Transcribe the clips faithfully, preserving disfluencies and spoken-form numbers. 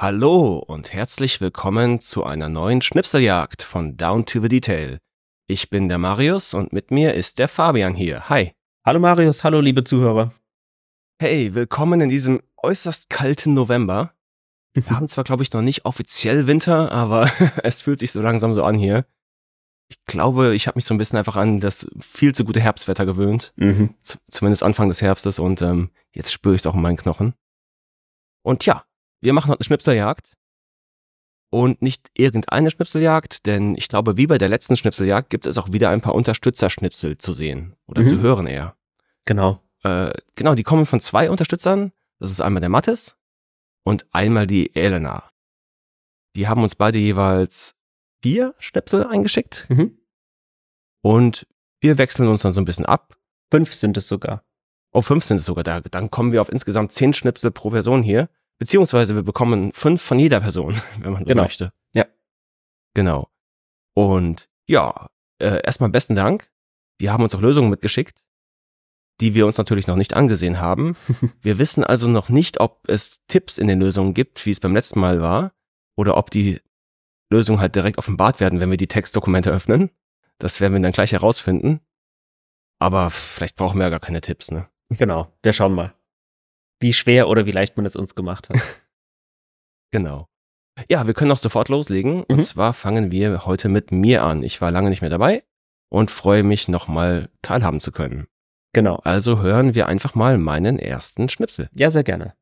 Hallo und herzlich willkommen zu einer neuen Schnipseljagd von Down to the Detail. Ich bin der Marius und mit mir ist der Fabian hier. Hi. Hallo Marius, hallo liebe Zuhörer. Hey, willkommen in diesem äußerst kalten November. Wir haben zwar, glaube ich, noch nicht offiziell Winter, aber es fühlt sich so langsam so an hier. Ich glaube, ich habe mich so ein bisschen einfach an das viel zu gute Herbstwetter gewöhnt. Mhm. Z- zumindest Anfang des Herbstes und ähm, jetzt spüre ich es auch in meinen Knochen. Und ja, wir machen heute eine Schnipseljagd. Und nicht irgendeine Schnipseljagd, denn ich glaube, wie bei der letzten Schnipseljagd gibt es auch wieder ein paar Unterstützerschnipsel zu sehen. Oder Mhm. zu hören eher. Genau. Äh, genau, die kommen von zwei Unterstützern. Das ist einmal der Mathis und einmal die Elena. Die haben uns beide jeweils vier Schnipsel eingeschickt. Mhm. Und wir wechseln uns dann so ein bisschen ab. Fünf sind es sogar. Oh, fünf sind es sogar da. Dann kommen wir auf insgesamt zehn Schnipsel pro Person hier. Beziehungsweise wir bekommen fünf von jeder Person, wenn man so Genau. möchte. Ja. Genau. Und ja, äh, erstmal besten Dank. Die haben uns auch Lösungen mitgeschickt, die wir uns natürlich noch nicht angesehen haben. Wir wissen also noch nicht, ob es Tipps in den Lösungen gibt, wie es beim letzten Mal war, oder ob die Lösungen halt direkt offenbart werden, wenn wir die Textdokumente öffnen. Das werden wir dann gleich herausfinden. Aber vielleicht brauchen wir ja gar keine Tipps, ne? Genau, wir schauen mal, wie schwer oder wie leicht man es uns gemacht hat. Genau. Ja, wir können auch sofort loslegen. Und Mhm. zwar fangen wir heute mit mir an. Ich war lange nicht mehr dabei und freue mich, nochmal teilhaben zu können. Genau. Also hören wir einfach mal meinen ersten Schnipsel. Ja, sehr gerne.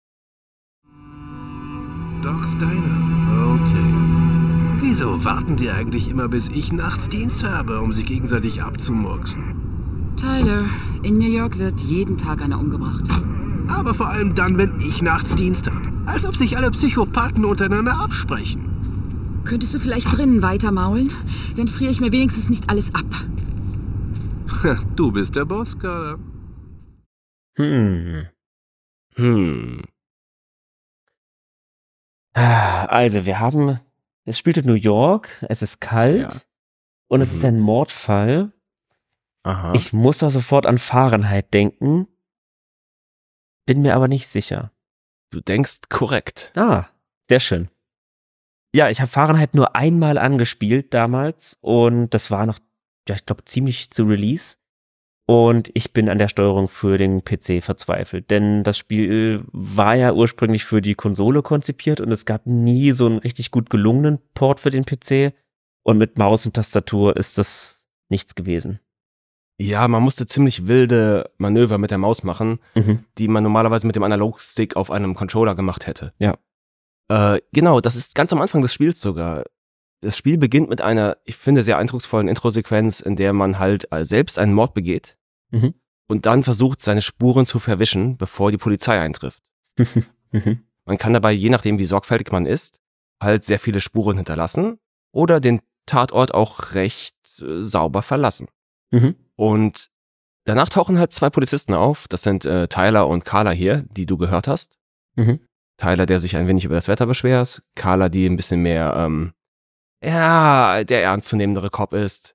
Doc's Diner. Okay. Wieso warten die eigentlich immer, bis ich nachts Dienst habe, um sich gegenseitig abzumurksen? Tyler, in New York wird jeden Tag einer umgebracht. Aber vor allem dann, wenn ich nachts Dienst habe. Als ob sich alle Psychopathen untereinander absprechen. Könntest du vielleicht drinnen weitermaulen? Dann friere ich mir wenigstens nicht alles ab. Du bist der Boss, Carla. Hm. Hm. Ah, Also, wir haben, es spielt in New York, es ist kalt Ja. und es Mhm. ist ein Mordfall. Aha. Ich muss da sofort an Fahrenheit denken, bin mir aber nicht sicher. Du denkst korrekt. Ah, sehr schön. Ja, ich habe Fahrenheit nur einmal angespielt damals und das war noch, ja, ich glaube, ziemlich zu Release. Und ich bin an der Steuerung für den P C verzweifelt, denn das Spiel war ja ursprünglich für die Konsole konzipiert und es gab nie so einen richtig gut gelungenen Port für den P C. Und mit Maus und Tastatur ist das nichts gewesen. Ja, man musste ziemlich wilde Manöver mit der Maus machen, Mhm. die man normalerweise mit dem Analogstick auf einem Controller gemacht hätte. Ja. Äh, genau, das ist ganz am Anfang des Spiels sogar. Das Spiel beginnt mit einer, ich finde, sehr eindrucksvollen Introsequenz, in der man halt äh, selbst einen Mord begeht Mhm. und dann versucht, seine Spuren zu verwischen, bevor die Polizei eintrifft. Mhm. Man kann dabei, je nachdem wie sorgfältig man ist, halt sehr viele Spuren hinterlassen oder den Tatort auch recht äh, sauber verlassen. Mhm. Und danach tauchen halt zwei Polizisten auf. Das sind äh, Tyler und Carla hier, die du gehört hast. Mhm. Tyler, der sich ein wenig über das Wetter beschwert. Carla, die ein bisschen mehr, ähm, ja, der ernstzunehmendere Cop ist.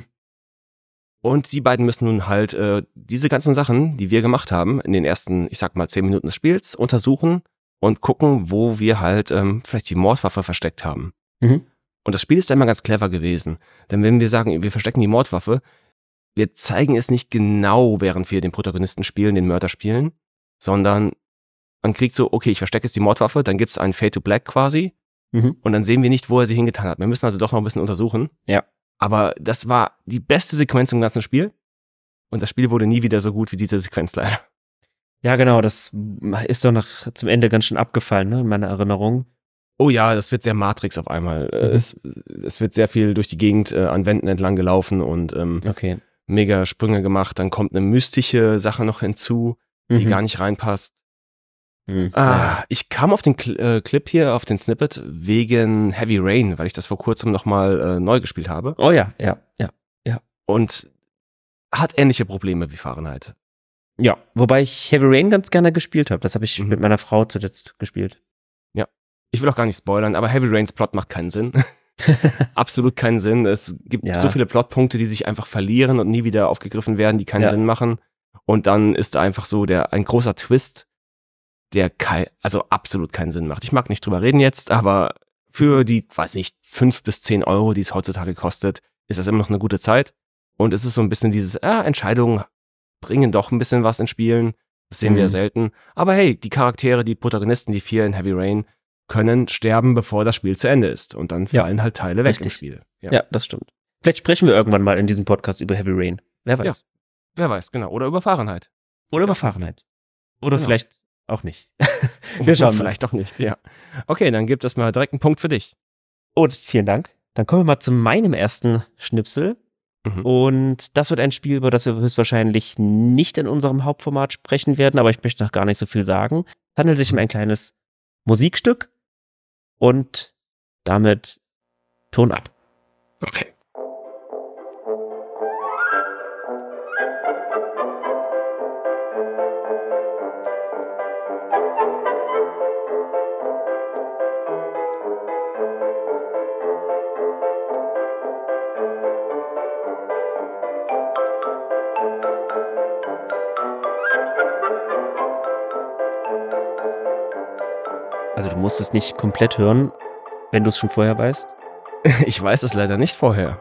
Und die beiden müssen nun halt äh, diese ganzen Sachen, die wir gemacht haben, in den ersten, ich sag mal, zehn Minuten des Spiels, untersuchen und gucken, wo wir halt ähm, vielleicht die Mordwaffe versteckt haben. Mhm. Und das Spiel ist einmal ganz clever gewesen. Denn wenn wir sagen, wir verstecken die Mordwaffe, wir zeigen es nicht genau, während wir den Protagonisten spielen, den Mörder spielen, sondern man kriegt so, okay, ich verstecke jetzt die Mordwaffe, dann gibt's einen Fade to Black quasi Mhm. und dann sehen wir nicht, wo er sie hingetan hat. Wir müssen also doch noch ein bisschen untersuchen. Ja. Aber das war die beste Sequenz im ganzen Spiel und das Spiel wurde nie wieder so gut wie diese Sequenz leider. Ja, genau, das ist doch nach, zum Ende ganz schön abgefallen, ne, in meiner Erinnerung. Oh ja, das wird sehr Matrix auf einmal. Äh, Mhm. Es, es wird sehr viel durch die Gegend äh, an Wänden entlang gelaufen und ähm, Okay. mega Sprünge gemacht. Dann kommt eine mystische Sache noch hinzu, die Mhm. gar nicht reinpasst. Mhm. Ah, ich kam auf den Cl- äh, Clip hier, auf den Snippet, wegen Heavy Rain, weil ich das vor kurzem nochmal äh, neu gespielt habe. Oh ja, ja, ja. Und hat ähnliche Probleme wie Fahrenheit. Ja, wobei ich Heavy Rain ganz gerne gespielt habe. Das habe ich Mhm. mit meiner Frau zuletzt gespielt. Ich will auch gar nicht spoilern, aber Heavy Rains Plot macht keinen Sinn. Absolut keinen Sinn. Es gibt Ja. so viele Plotpunkte, die sich einfach verlieren und nie wieder aufgegriffen werden, die keinen Ja. Sinn machen. Und dann ist da einfach so der ein großer Twist, der kei- also absolut keinen Sinn macht. Ich mag nicht drüber reden jetzt, aber für die, weiß nicht, fünf bis zehn Euro, die es heutzutage kostet, ist das immer noch eine gute Zeit. Und es ist so ein bisschen dieses, äh, Entscheidungen bringen doch ein bisschen was in Spielen. Das sehen wir ja Mhm. selten. Aber hey, die Charaktere, die Protagonisten, die vier in Heavy Rain, können sterben, bevor das Spiel zu Ende ist. Und dann Ja, fallen halt Teile weg im richtig. Spiel. Ja. das stimmt. Vielleicht sprechen wir irgendwann mal in diesem Podcast über Heavy Rain. Wer weiß. Wer weiß, genau. Oder über Fahrenheit. Oder Ist über ja- Fahrenheit. Oder Genau. vielleicht auch nicht. Wir schauen mal. Vielleicht auch nicht, ja. Okay, dann gibt es mal direkt einen Punkt für dich. Und vielen Dank. Dann kommen wir mal zu meinem ersten Schnipsel. Mhm. Und das wird ein Spiel, über das wir höchstwahrscheinlich nicht in unserem Hauptformat sprechen werden, aber ich möchte noch gar nicht so viel sagen. Es handelt sich um ein kleines Musikstück und damit Ton ab. Okay. Also du musst es nicht komplett hören, wenn du es schon vorher weißt. Ich weiß es leider nicht vorher.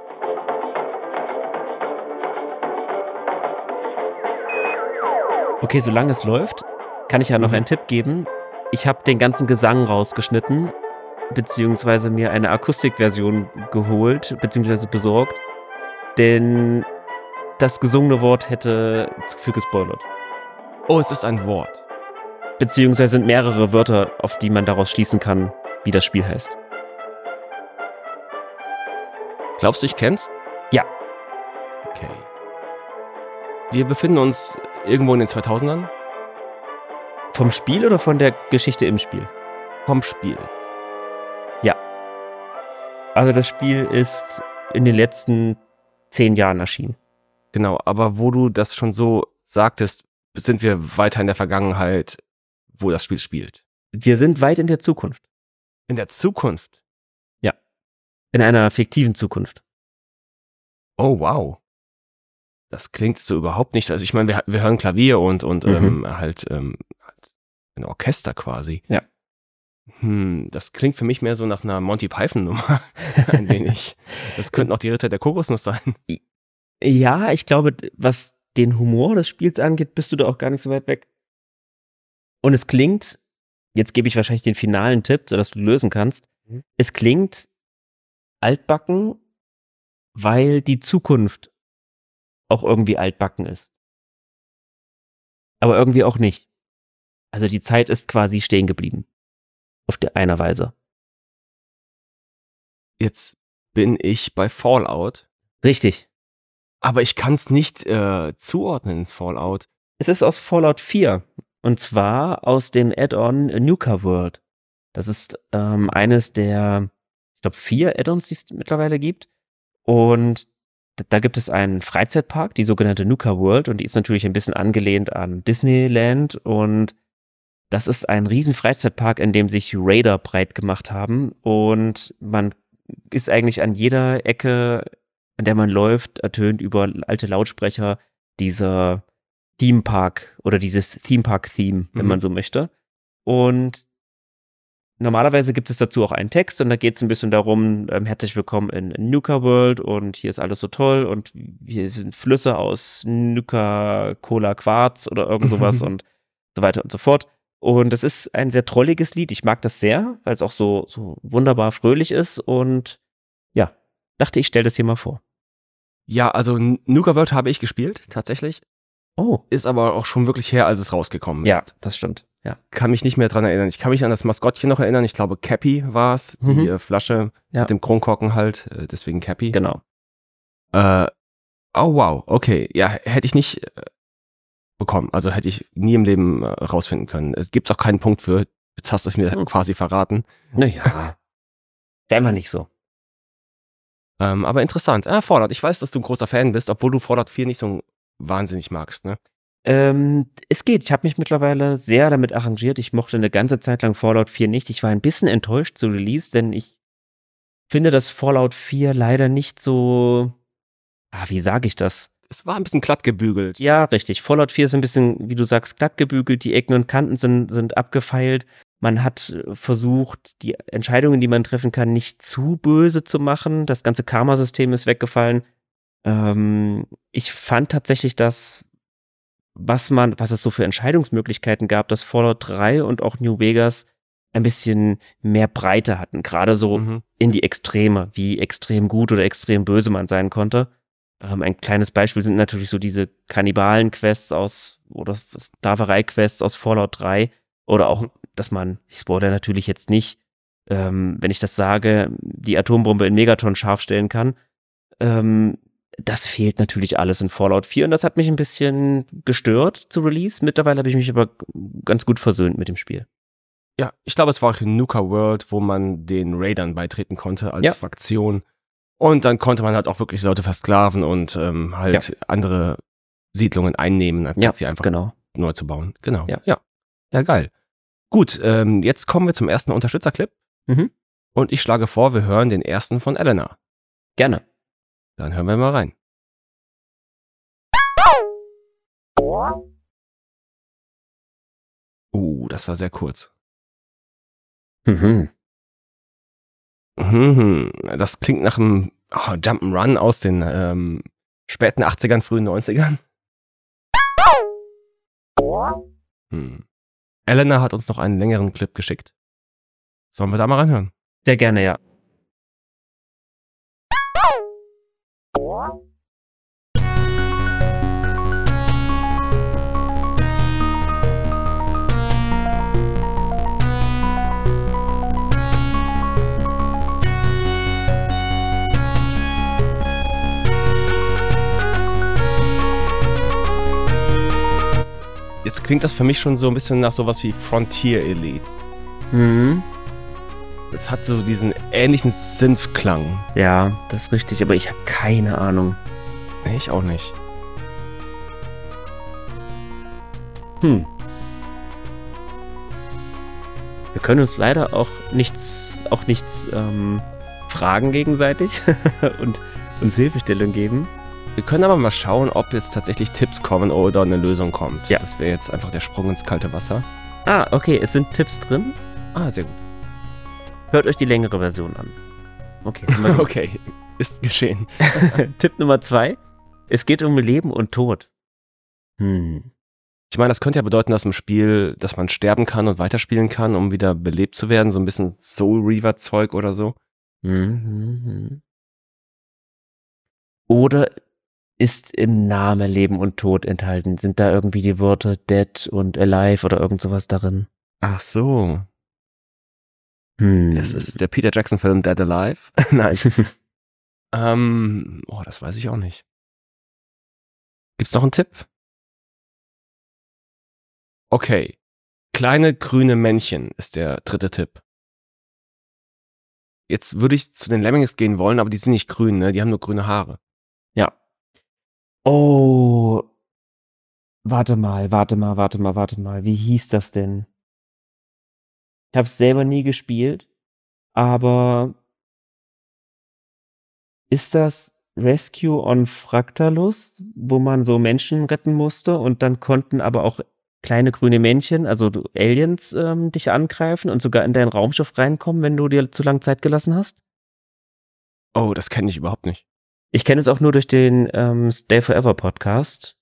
Okay, solange es läuft, kann ich ja noch Mhm. einen Tipp geben. Ich habe den ganzen Gesang rausgeschnitten, beziehungsweise mir eine Akustikversion geholt, beziehungsweise besorgt, denn das gesungene Wort hätte zu viel gespoilert. Oh, es ist ein Wort. Beziehungsweise sind mehrere Wörter, auf die man daraus schließen kann, wie das Spiel heißt. Glaubst du, ich kenn's? Ja. Okay. Wir befinden uns irgendwo in den zweitausendern Vom Spiel oder von der Geschichte im Spiel? vom Spiel. Also das Spiel ist in den letzten zehn Jahren erschienen. Genau, aber wo du das schon so sagtest, sind wir weiter in der Vergangenheit, wo das Spiel spielt. Wir sind weit in der Zukunft. In der Zukunft. In einer fiktiven Zukunft. Oh, wow. Das klingt so überhaupt nicht. Also ich meine, wir, wir hören Klavier und, und Mhm. ähm, halt ähm, ein Orchester quasi. Ja. Hm, das klingt für mich mehr so nach einer Monty Python-Nummer. Ein wenig. Das könnten auch die Ritter der Kokosnuss sein. Ja, ich glaube, was den Humor des Spiels angeht, bist du da auch gar nicht so weit weg. Und es klingt, jetzt gebe ich wahrscheinlich den finalen Tipp, sodass du lösen kannst. Mhm. Es klingt altbacken, weil die Zukunft auch irgendwie altbacken ist. Aber irgendwie auch nicht. Also die Zeit ist quasi stehen geblieben. Auf der einer Weise. Jetzt bin ich bei Fallout, Richtig. aber ich kann es nicht äh, zuordnen, Fallout. Es ist aus Fallout vier. Und zwar aus dem Add-on Nuka World. Das ist ähm, eines der, ich glaube, vier Add-ons, die es mittlerweile gibt. Und d- da gibt es einen Freizeitpark, die sogenannte Nuka World. Und die ist natürlich ein bisschen angelehnt an Disneyland. Und das ist ein riesen Freizeitpark, in dem sich Raider breit gemacht haben. Und man ist eigentlich an jeder Ecke, an der man läuft, ertönt über alte Lautsprecher dieser Theme Park oder dieses Theme Park Theme, wenn Mhm. man so möchte. Und normalerweise gibt es dazu auch einen Text und da geht es ein bisschen darum, ähm, herzlich willkommen in Nuka World und hier ist alles so toll und hier sind Flüsse aus Nuka Cola Quarz oder irgend sowas und so weiter und so fort. Und es ist ein sehr trolliges Lied. Ich mag das sehr, weil es auch so, so wunderbar fröhlich ist und ja, dachte ich, stelle das hier mal vor. Ja, also N- Nuka World habe ich gespielt, tatsächlich. Oh, Ist aber auch schon wirklich her, als es rausgekommen ja, ist. das stimmt. Ja. Kann mich nicht mehr dran erinnern. Ich kann mich an das Maskottchen noch erinnern. Ich glaube, Cappy war es. Die Mhm. äh, Flasche Ja. mit dem Kronkorken halt. Äh, deswegen Cappy. Genau. Äh, oh, wow. Okay. Ja, hätte ich nicht äh, bekommen. Also hätte ich nie im Leben äh, rausfinden können. Es gibt auch keinen Punkt für. Jetzt hast du es mir Hm. quasi verraten. Naja, sei mal nicht so. Ähm, aber interessant. Ah, Fallout. Ich weiß, dass du ein großer Fan bist, obwohl du Fallout vier nicht so wahnsinnig magst, ne? Ähm, es geht. Ich habe mich mittlerweile sehr damit arrangiert. Ich mochte eine ganze Zeit lang Fallout vier nicht. Ich war ein bisschen enttäuscht zu Release, denn ich finde, dass Fallout vier leider nicht so, ah, wie sage ich das? Es war ein bisschen glatt gebügelt. Ja, richtig. Fallout vier ist ein bisschen, wie du sagst, glatt gebügelt. Die Ecken und Kanten sind, sind abgefeilt. Man hat versucht, die Entscheidungen, die man treffen kann, nicht zu böse zu machen. Das ganze Karma-System ist weggefallen. Ähm, ich fand tatsächlich, dass was man, was es so für Entscheidungsmöglichkeiten gab, dass Fallout drei und auch New Vegas ein bisschen mehr Breite hatten. Gerade so Mhm. in die Extreme, wie extrem gut oder extrem böse man sein konnte. Ähm, ein kleines Beispiel sind natürlich so diese Kannibalen-Quests aus, oder Sklaverei-Quests aus Fallout drei. Oder auch, dass man, ich spoilere natürlich jetzt nicht, ähm, wenn ich das sage, die Atombombe in Megaton scharf stellen kann. Ähm, das fehlt natürlich alles in Fallout vier und das hat mich ein bisschen gestört zu Release. Mittlerweile habe ich mich aber ganz gut versöhnt mit dem Spiel. Ja, ich glaube, es war auch in Nuka World, wo man den Raidern beitreten konnte als Ja. Fraktion. Und dann konnte man halt auch wirklich Leute versklaven und ähm, halt Ja. andere Siedlungen einnehmen, anstatt Ja, sie einfach genau. neu zu bauen. Genau. Ja. Ja, ja geil. Gut, ähm, jetzt kommen wir zum ersten Unterstützerclip. Mhm. Und ich schlage vor, wir hören den ersten von Elena. Gerne. Dann hören wir mal rein. Uh, das war sehr kurz. Mhm. Mhm, das klingt nach einem oh, Jump'n'Run aus den ähm, späten achtzigern, frühen neunzigern. Hm. Elena hat uns noch einen längeren Clip geschickt. Sollen wir da mal reinhören? Sehr gerne, ja. Jetzt klingt das für mich schon so ein bisschen nach sowas wie Frontier Elite. Mhm. Es hat so diesen ähnlichen Synth-Klang. Ja, das ist richtig, aber ich habe keine Ahnung. Nee, ich auch nicht. Hm. Wir können uns leider auch nichts, auch nichts ähm, fragen gegenseitig und uns Hilfestellung geben. Wir können aber mal schauen, ob jetzt tatsächlich Tipps kommen oder eine Lösung kommt. Ja. Das wäre jetzt einfach der Sprung ins kalte Wasser. Ah, okay, es sind Tipps drin. Ah, sehr gut. Hört euch die längere Version an. Okay. Nummer- Okay, ist geschehen. Tipp Nummer zwei. Es geht um Leben und Tod. Hm. Ich meine, das könnte ja bedeuten, dass im Spiel, dass man sterben kann und weiterspielen kann, um wieder belebt zu werden. So ein bisschen Soul Reaver Zeug oder so. Mhm. Oder ist im Namen Leben und Tod enthalten? Sind da irgendwie die Wörter Dead und Alive oder irgend sowas darin? Ach so. Hm. Das ist der Peter Jackson Film Dead Alive. Nein. ähm, oh, das weiß ich auch nicht. Gibt's noch einen Tipp? Okay. Kleine grüne Männchen ist der dritte Tipp. Jetzt würde ich zu den Lemmings gehen wollen, aber die sind nicht grün, ne? Die haben nur grüne Haare. Ja. Oh. Warte mal, warte mal, warte mal, warte mal. Wie hieß das denn? Ich habe es selber nie gespielt, aber ist das Rescue on Fractalus, wo man so Menschen retten musste und dann konnten aber auch kleine grüne Männchen, also du- Aliens, ähm, dich angreifen und sogar in dein Raumschiff reinkommen, wenn du dir zu lange Zeit gelassen hast? Oh, das kenne ich überhaupt nicht. Ich kenne es auch nur durch den ähm, Stay Forever Podcast.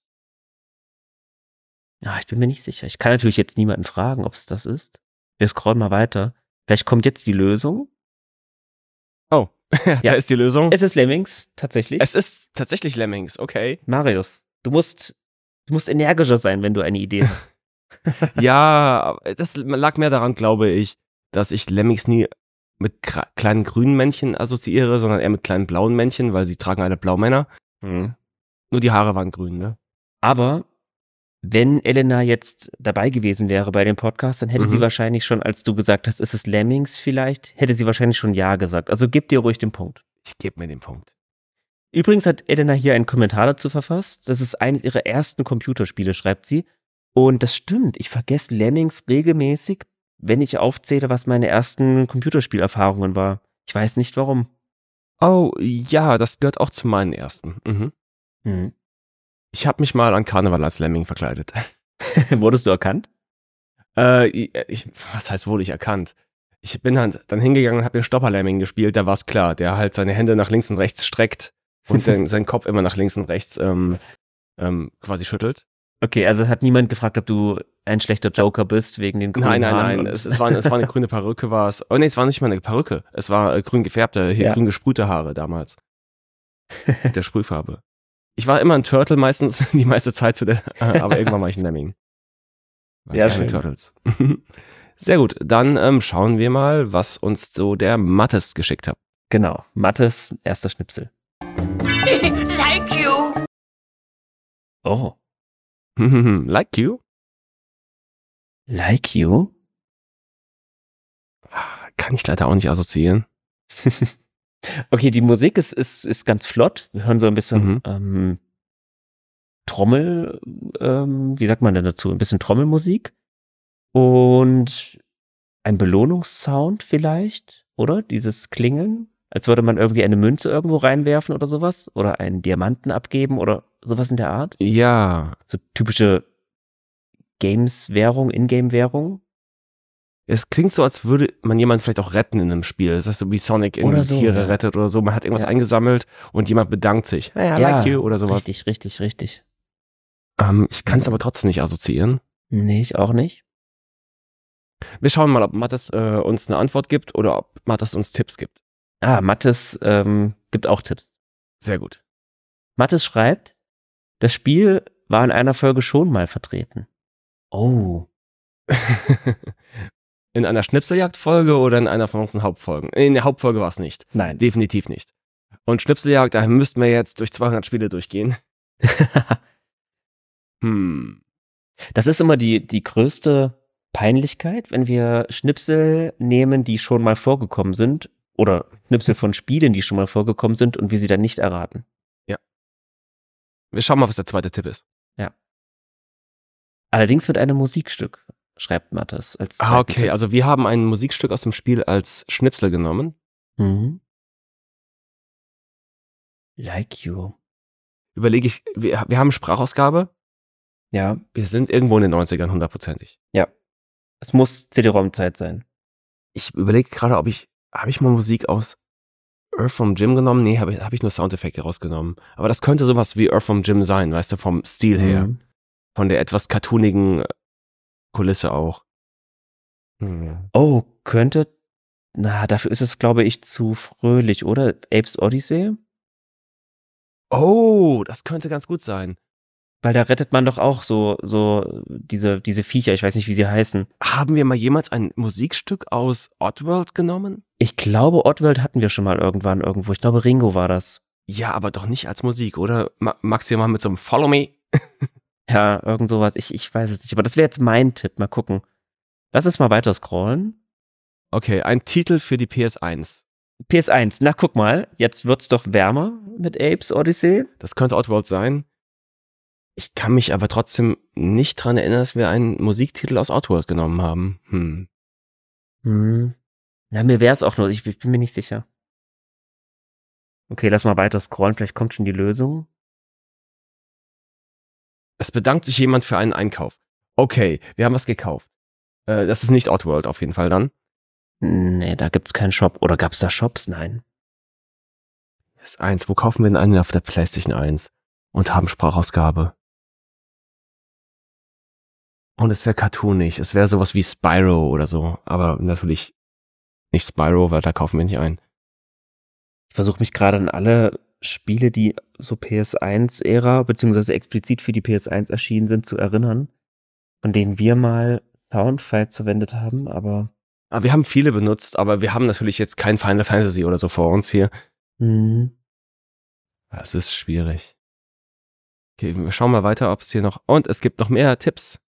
Ja, ich bin mir nicht sicher. Ich kann natürlich jetzt niemanden fragen, ob es das ist. Wir scrollen mal weiter. Vielleicht kommt jetzt die Lösung. Oh, da Ja. ist die Lösung. Es ist Lemmings, tatsächlich. Es ist tatsächlich Lemmings, okay. Marius, du musst, du musst energischer sein, wenn du eine Idee hast. Ja, das lag mehr daran, glaube ich, dass ich Lemmings nie mit gra- kleinen grünen Männchen assoziiere, sondern eher mit kleinen blauen Männchen, weil sie tragen alle Blaumänner. Hm. Nur die Haare waren grün, ne? Aber wenn Elena jetzt dabei gewesen wäre bei dem Podcast, dann hätte sie Mhm. wahrscheinlich schon, als du gesagt hast, ist es Lemmings vielleicht, hätte sie wahrscheinlich schon Ja gesagt. Also gib dir ruhig den Punkt. Ich gebe mir den Punkt. Übrigens hat Elena hier einen Kommentar dazu verfasst. Das ist eines ihrer ersten Computerspiele, schreibt sie. Und das stimmt. Ich vergesse Lemmings regelmäßig, wenn ich aufzähle, was meine ersten Computerspielerfahrungen war. Ich weiß nicht warum. Oh, ja, das gehört auch zu meinen ersten. Mhm. Hm. Ich habe mich mal an Karneval als Lemming verkleidet. Wurdest du erkannt? Äh, ich, was heißt, wurde ich erkannt? Ich bin dann, dann hingegangen und habe den Stopper-Lemming gespielt, da war es klar, der halt seine Hände nach links und rechts streckt und dann seinen Kopf immer nach links und rechts ähm, ähm, quasi schüttelt. Okay, also es hat niemand gefragt, ob du ein schlechter Joker bist wegen den grünen Nein, nein, Haaren nein, und- es, es, war, es war eine grüne Perücke, war es. Oh nee, es war nicht mal eine Perücke, es war äh, grün gefärbte, hier Ja. grün gesprühte Haare damals. Mit der Sprühfarbe. Ich war immer ein Turtle meistens, die meiste Zeit zu der, äh, aber irgendwann war ich ein Lemming. War Ja, gerne schön. Turtles. Sehr gut, dann ähm, schauen wir mal, was uns so der Mattes geschickt hat. Genau, Mattes erster Schnipsel. Like you. Oh, Like you? like you? Kann ich leider auch nicht assoziieren. Okay, die Musik ist, ist, ist ganz flott. Wir hören so ein bisschen Mhm. ähm, Trommel, ähm, wie sagt man denn dazu? Ein bisschen Trommelmusik und ein Belohnungssound vielleicht, oder? Dieses Klingeln, als würde man irgendwie eine Münze irgendwo reinwerfen oder sowas oder einen Diamanten abgeben oder sowas in der Art. Ja, So typische Games-Währung, Ingame-Währung. es klingt so, als würde man jemanden vielleicht auch retten in einem Spiel. Das heißt so, wie Sonic irgendwie Oder so, Tiere ja. rettet oder so. Man hat irgendwas Ja. eingesammelt und jemand bedankt sich. Hey, I like you oder sowas. Richtig, richtig, richtig. Ähm, ich kann es aber trotzdem nicht assoziieren. Nee, ich auch nicht. Wir schauen mal, ob Mattes äh, uns eine Antwort gibt oder ob Mattes uns Tipps gibt. Ah, Mattes ähm, gibt auch Tipps. Sehr gut. Mattes schreibt, das Spiel war in einer Folge schon mal vertreten. Oh. In einer Schnipseljagd-Folge oder in einer von unseren Hauptfolgen? In der Hauptfolge war es nicht. Nein. Definitiv nicht. Und Schnipseljagd, da müssten wir jetzt durch zweihundert Spiele durchgehen. Hm. Das ist immer die, die größte Peinlichkeit, wenn wir Schnipsel nehmen, die schon mal vorgekommen sind oder Schnipsel von Spielen, die schon mal vorgekommen sind und wir sie dann nicht erraten. Wir schauen mal, was der zweite Tipp ist. Allerdings mit einem Musikstück, schreibt Mattes. Als Ah, zweiten okay. Tipp. Also wir haben ein Musikstück aus dem Spiel als Schnipsel genommen. Mhm. Like you. Überlege ich, wir, wir haben Sprachausgabe. Ja, Wir sind irgendwo in den neunzigern, hundertprozentig. es muss C D-ROM-Zeit sein. Ich überlege gerade, ob ich, habe ich mal Musik aus Earth from Jim genommen? Nee, habe ich, hab ich nur Soundeffekte rausgenommen. Aber das könnte sowas wie Earth from Jim sein, weißt du, vom Stil her. Mhm. Von der etwas cartoonigen Kulisse auch. Hm. Oh, könnte. Na, dafür ist es, glaube ich, zu fröhlich, oder? Apes Odyssey? Oh, das könnte ganz gut sein. Weil da rettet man doch auch so, so diese, diese Viecher, ich weiß nicht, wie sie heißen. Haben wir mal jemals ein Musikstück aus Oddworld genommen? Ich glaube, Oddworld hatten wir schon mal irgendwann irgendwo. Ich glaube, Ringo war das. Ja, aber doch nicht als Musik, oder? Ma maximal mit so einem Follow Me. Ja, irgend sowas. Ich, ich weiß es nicht. Aber das wäre jetzt mein Tipp. Mal gucken. Lass uns mal weiter scrollen. Okay, ein Titel für die P S eins. P S eins. Na, guck mal. Jetzt wird's doch wärmer mit Apes Odyssey. Das könnte Oddworld sein. Ich kann mich aber trotzdem nicht dran erinnern, dass wir einen Musiktitel aus Oddworld genommen haben. Hm. Hm. Ja, mir wäre es auch nur. Ich, ich bin mir nicht sicher. Okay, lass mal weiter scrollen. Vielleicht kommt schon die Lösung. Es bedankt sich jemand für einen Einkauf. Okay, wir haben was gekauft. Äh, das ist nicht Oddworld auf jeden Fall dann. Nee, da gibt's keinen Shop. Oder gab's da Shops? Nein. P S eins, wo kaufen wir denn einen auf der PlayStation eins? Und haben Sprachausgabe. Und es wäre cartoonig. Es wäre sowas wie Spyro oder so. Aber natürlich nicht Spyro, weil da kaufen wir nicht ein. Ich versuche mich gerade an alle Spiele, die so P S eins-Ära, beziehungsweise explizit für die P S eins erschienen sind, zu erinnern, von denen wir mal Soundfiles verwendet haben, aber Aber wir haben viele benutzt, aber wir haben natürlich jetzt kein Final Fantasy oder so vor uns hier. hm, Es ist schwierig. Okay, wir schauen mal weiter, ob es hier noch... Und es gibt noch mehr Tipps.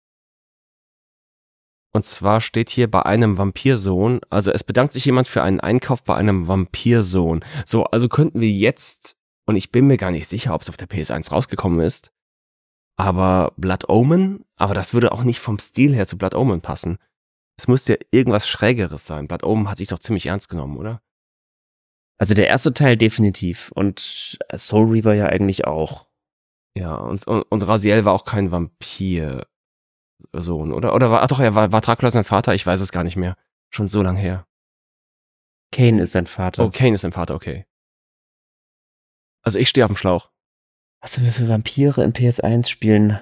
Und zwar steht hier bei einem Vampirsohn, also es bedankt sich jemand für einen Einkauf bei einem Vampirsohn. So, also könnten wir jetzt, und ich bin mir gar nicht sicher, ob es auf der P S eins rausgekommen ist, aber Blood Omen, aber das würde auch nicht vom Stil her zu Blood Omen passen. Es müsste ja irgendwas Schrägeres sein. Blood Omen hat sich doch ziemlich ernst genommen, oder? also der erste Teil definitiv und Soul Reaver ja eigentlich auch. Ja, und, und, und Raziel war auch kein Vampir-Sohn, oder? Oder war, ach doch, er war, war Dracula sein Vater? Ich weiß es gar nicht mehr. Schon so lang her. Kane ist sein Vater. Oh, Kane ist sein Vater, okay. Also ich stehe auf dem Schlauch. Was haben wir für Vampire in P S eins Spielen?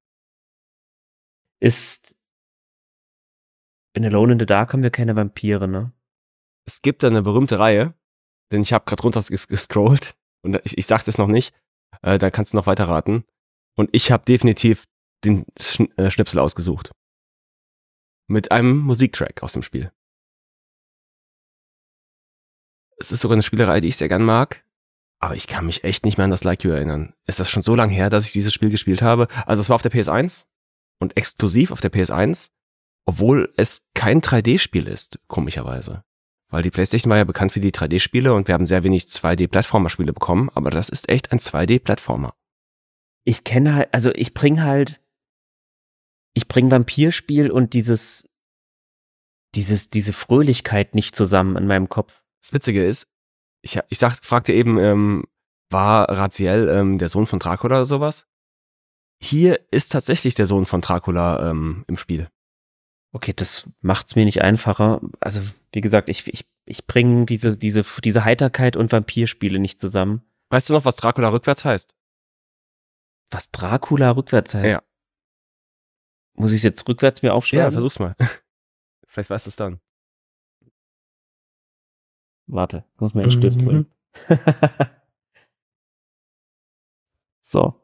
Ist in Alone in the Dark haben wir keine Vampire, ne? Es gibt da eine berühmte Reihe, denn ich habe gerade runter ges- gescrollt und ich, ich sag's jetzt noch nicht, äh, da kannst du noch weiter raten. Und ich habe definitiv den Schn- äh, Schnipsel ausgesucht. Mit einem Musiktrack aus dem Spiel. Es ist sogar eine Spielerei, die ich sehr gern mag, aber ich kann mich echt nicht mehr an das Like You erinnern. Ist das schon so lange her, dass ich dieses Spiel gespielt habe? Also es war auf der P S eins und exklusiv auf der P S eins, obwohl es kein drei D-Spiel ist, komischerweise. Weil die PlayStation war ja bekannt für die drei D-Spiele und wir haben sehr wenig zwei D-Plattformer-Spiele bekommen, aber das ist echt ein zwei D-Plattformer. Ich kenne halt, also ich bring halt, ich bring Vampirspiel und dieses, dieses, diese Fröhlichkeit nicht zusammen in meinem Kopf. Das Witzige ist, ich, ich sag, fragte eben, ähm, war Raziel ähm, der Sohn von Dracula oder sowas? Hier ist tatsächlich der Sohn von Dracula ähm, im Spiel. Okay, das macht's mir nicht einfacher. Also, wie gesagt, ich, ich, ich bringe diese, diese, diese Heiterkeit und Vampirspiele nicht zusammen. Weißt du noch, was Dracula rückwärts heißt? Was Dracula rückwärts heißt? Ja. Muss ich es jetzt rückwärts mir aufschreiben? Ja, versuch's mal. Vielleicht weißt du es dann. Warte, muss mir einen Stift holen. So.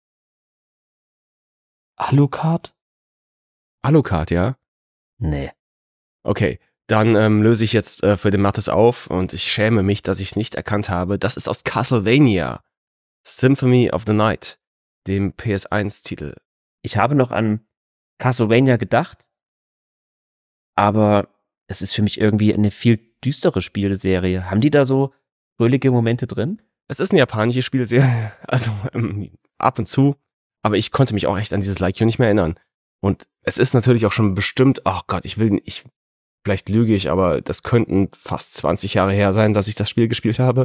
Alucard? Alucard, ja? Nee. Okay, dann ähm, löse ich jetzt äh, für den Mattes auf und ich schäme mich, dass ich es nicht erkannt habe. Das ist aus Castlevania. Symphony of the Night, dem P S eins Titel. Ich habe noch an Castlevania gedacht, aber das ist für mich irgendwie eine viel düstere Spielserie. Haben die da so fröhliche Momente drin? Es ist eine japanische Spielserie, also ähm, ab und zu, aber ich konnte mich auch echt an dieses Like You nicht mehr erinnern. Und es ist natürlich auch schon bestimmt, ach Gott, ich will, ich, vielleicht lüge ich, aber das könnten fast zwanzig Jahre her sein, dass ich das Spiel gespielt habe.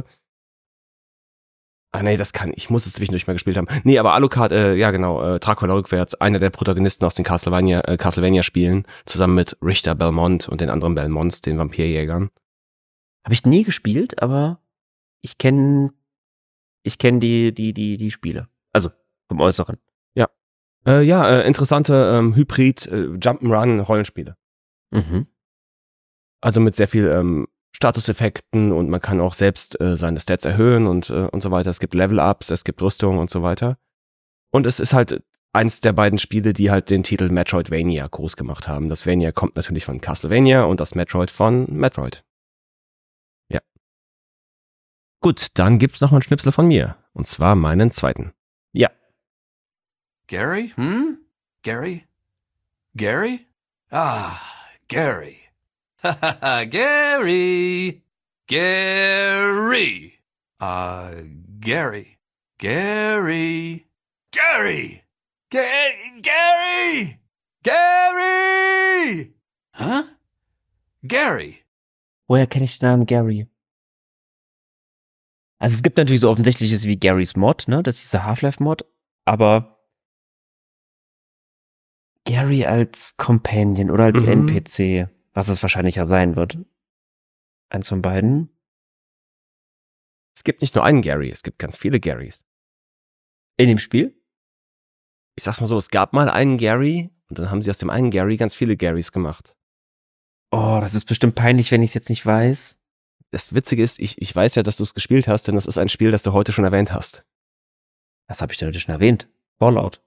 Ah nee, das kann, ich muss es zwischendurch mal gespielt haben. Nee, aber Alucard, äh, ja genau, äh, Dracula rückwärts, einer der Protagonisten aus den Castlevania, äh, Castlevania-Spielen, zusammen mit Richter Belmont und den anderen Belmonts, den Vampirjägern. Habe ich nie gespielt, aber ich kenne ich kenn die, die, die, die Spiele. Also vom Äußeren. Ja. Äh, ja, äh, interessante ähm, Hybrid äh, Jump'n'Run-Rollenspiele. Mhm. Also mit sehr viel ähm, Statuseffekten und man kann auch selbst äh, seine Stats erhöhen und, äh, und so weiter. Es gibt Level-Ups, es gibt Rüstung und so weiter. Und es ist halt eins der beiden Spiele, die halt den Titel Metroidvania groß gemacht haben. Das Vania kommt natürlich von Castlevania und das Metroid von Metroid. Ja. Gut, dann gibt's noch mal einen Schnipsel von mir. Und zwar meinen zweiten. Ja. Gary? Hm? Gary? Gary? Ah, Gary. Gary. Gary. Uh, Gary. Gary. Gary. Ga- Gary. Gary. Huh? Gary. Woher kenne ich den Namen Gary? Also es gibt natürlich so Offensichtliches wie Garys Mod, ne? Das ist dieser Half-Life-Mod, aber Gary als Companion oder als Mhm. N P C, was es wahrscheinlich ja sein wird. Eins von beiden. Es gibt nicht nur einen Gary, es gibt ganz viele Garys. In dem Spiel? Ich sag's mal so, es gab mal einen Gary und dann haben sie aus dem einen Gary ganz viele Garys gemacht. Oh, das ist bestimmt peinlich, wenn ich es jetzt nicht weiß. Das Witzige ist, ich, ich weiß ja, dass du es gespielt hast, denn das ist ein Spiel, das du heute schon erwähnt hast. Was habe ich denn heute schon erwähnt? Fallout.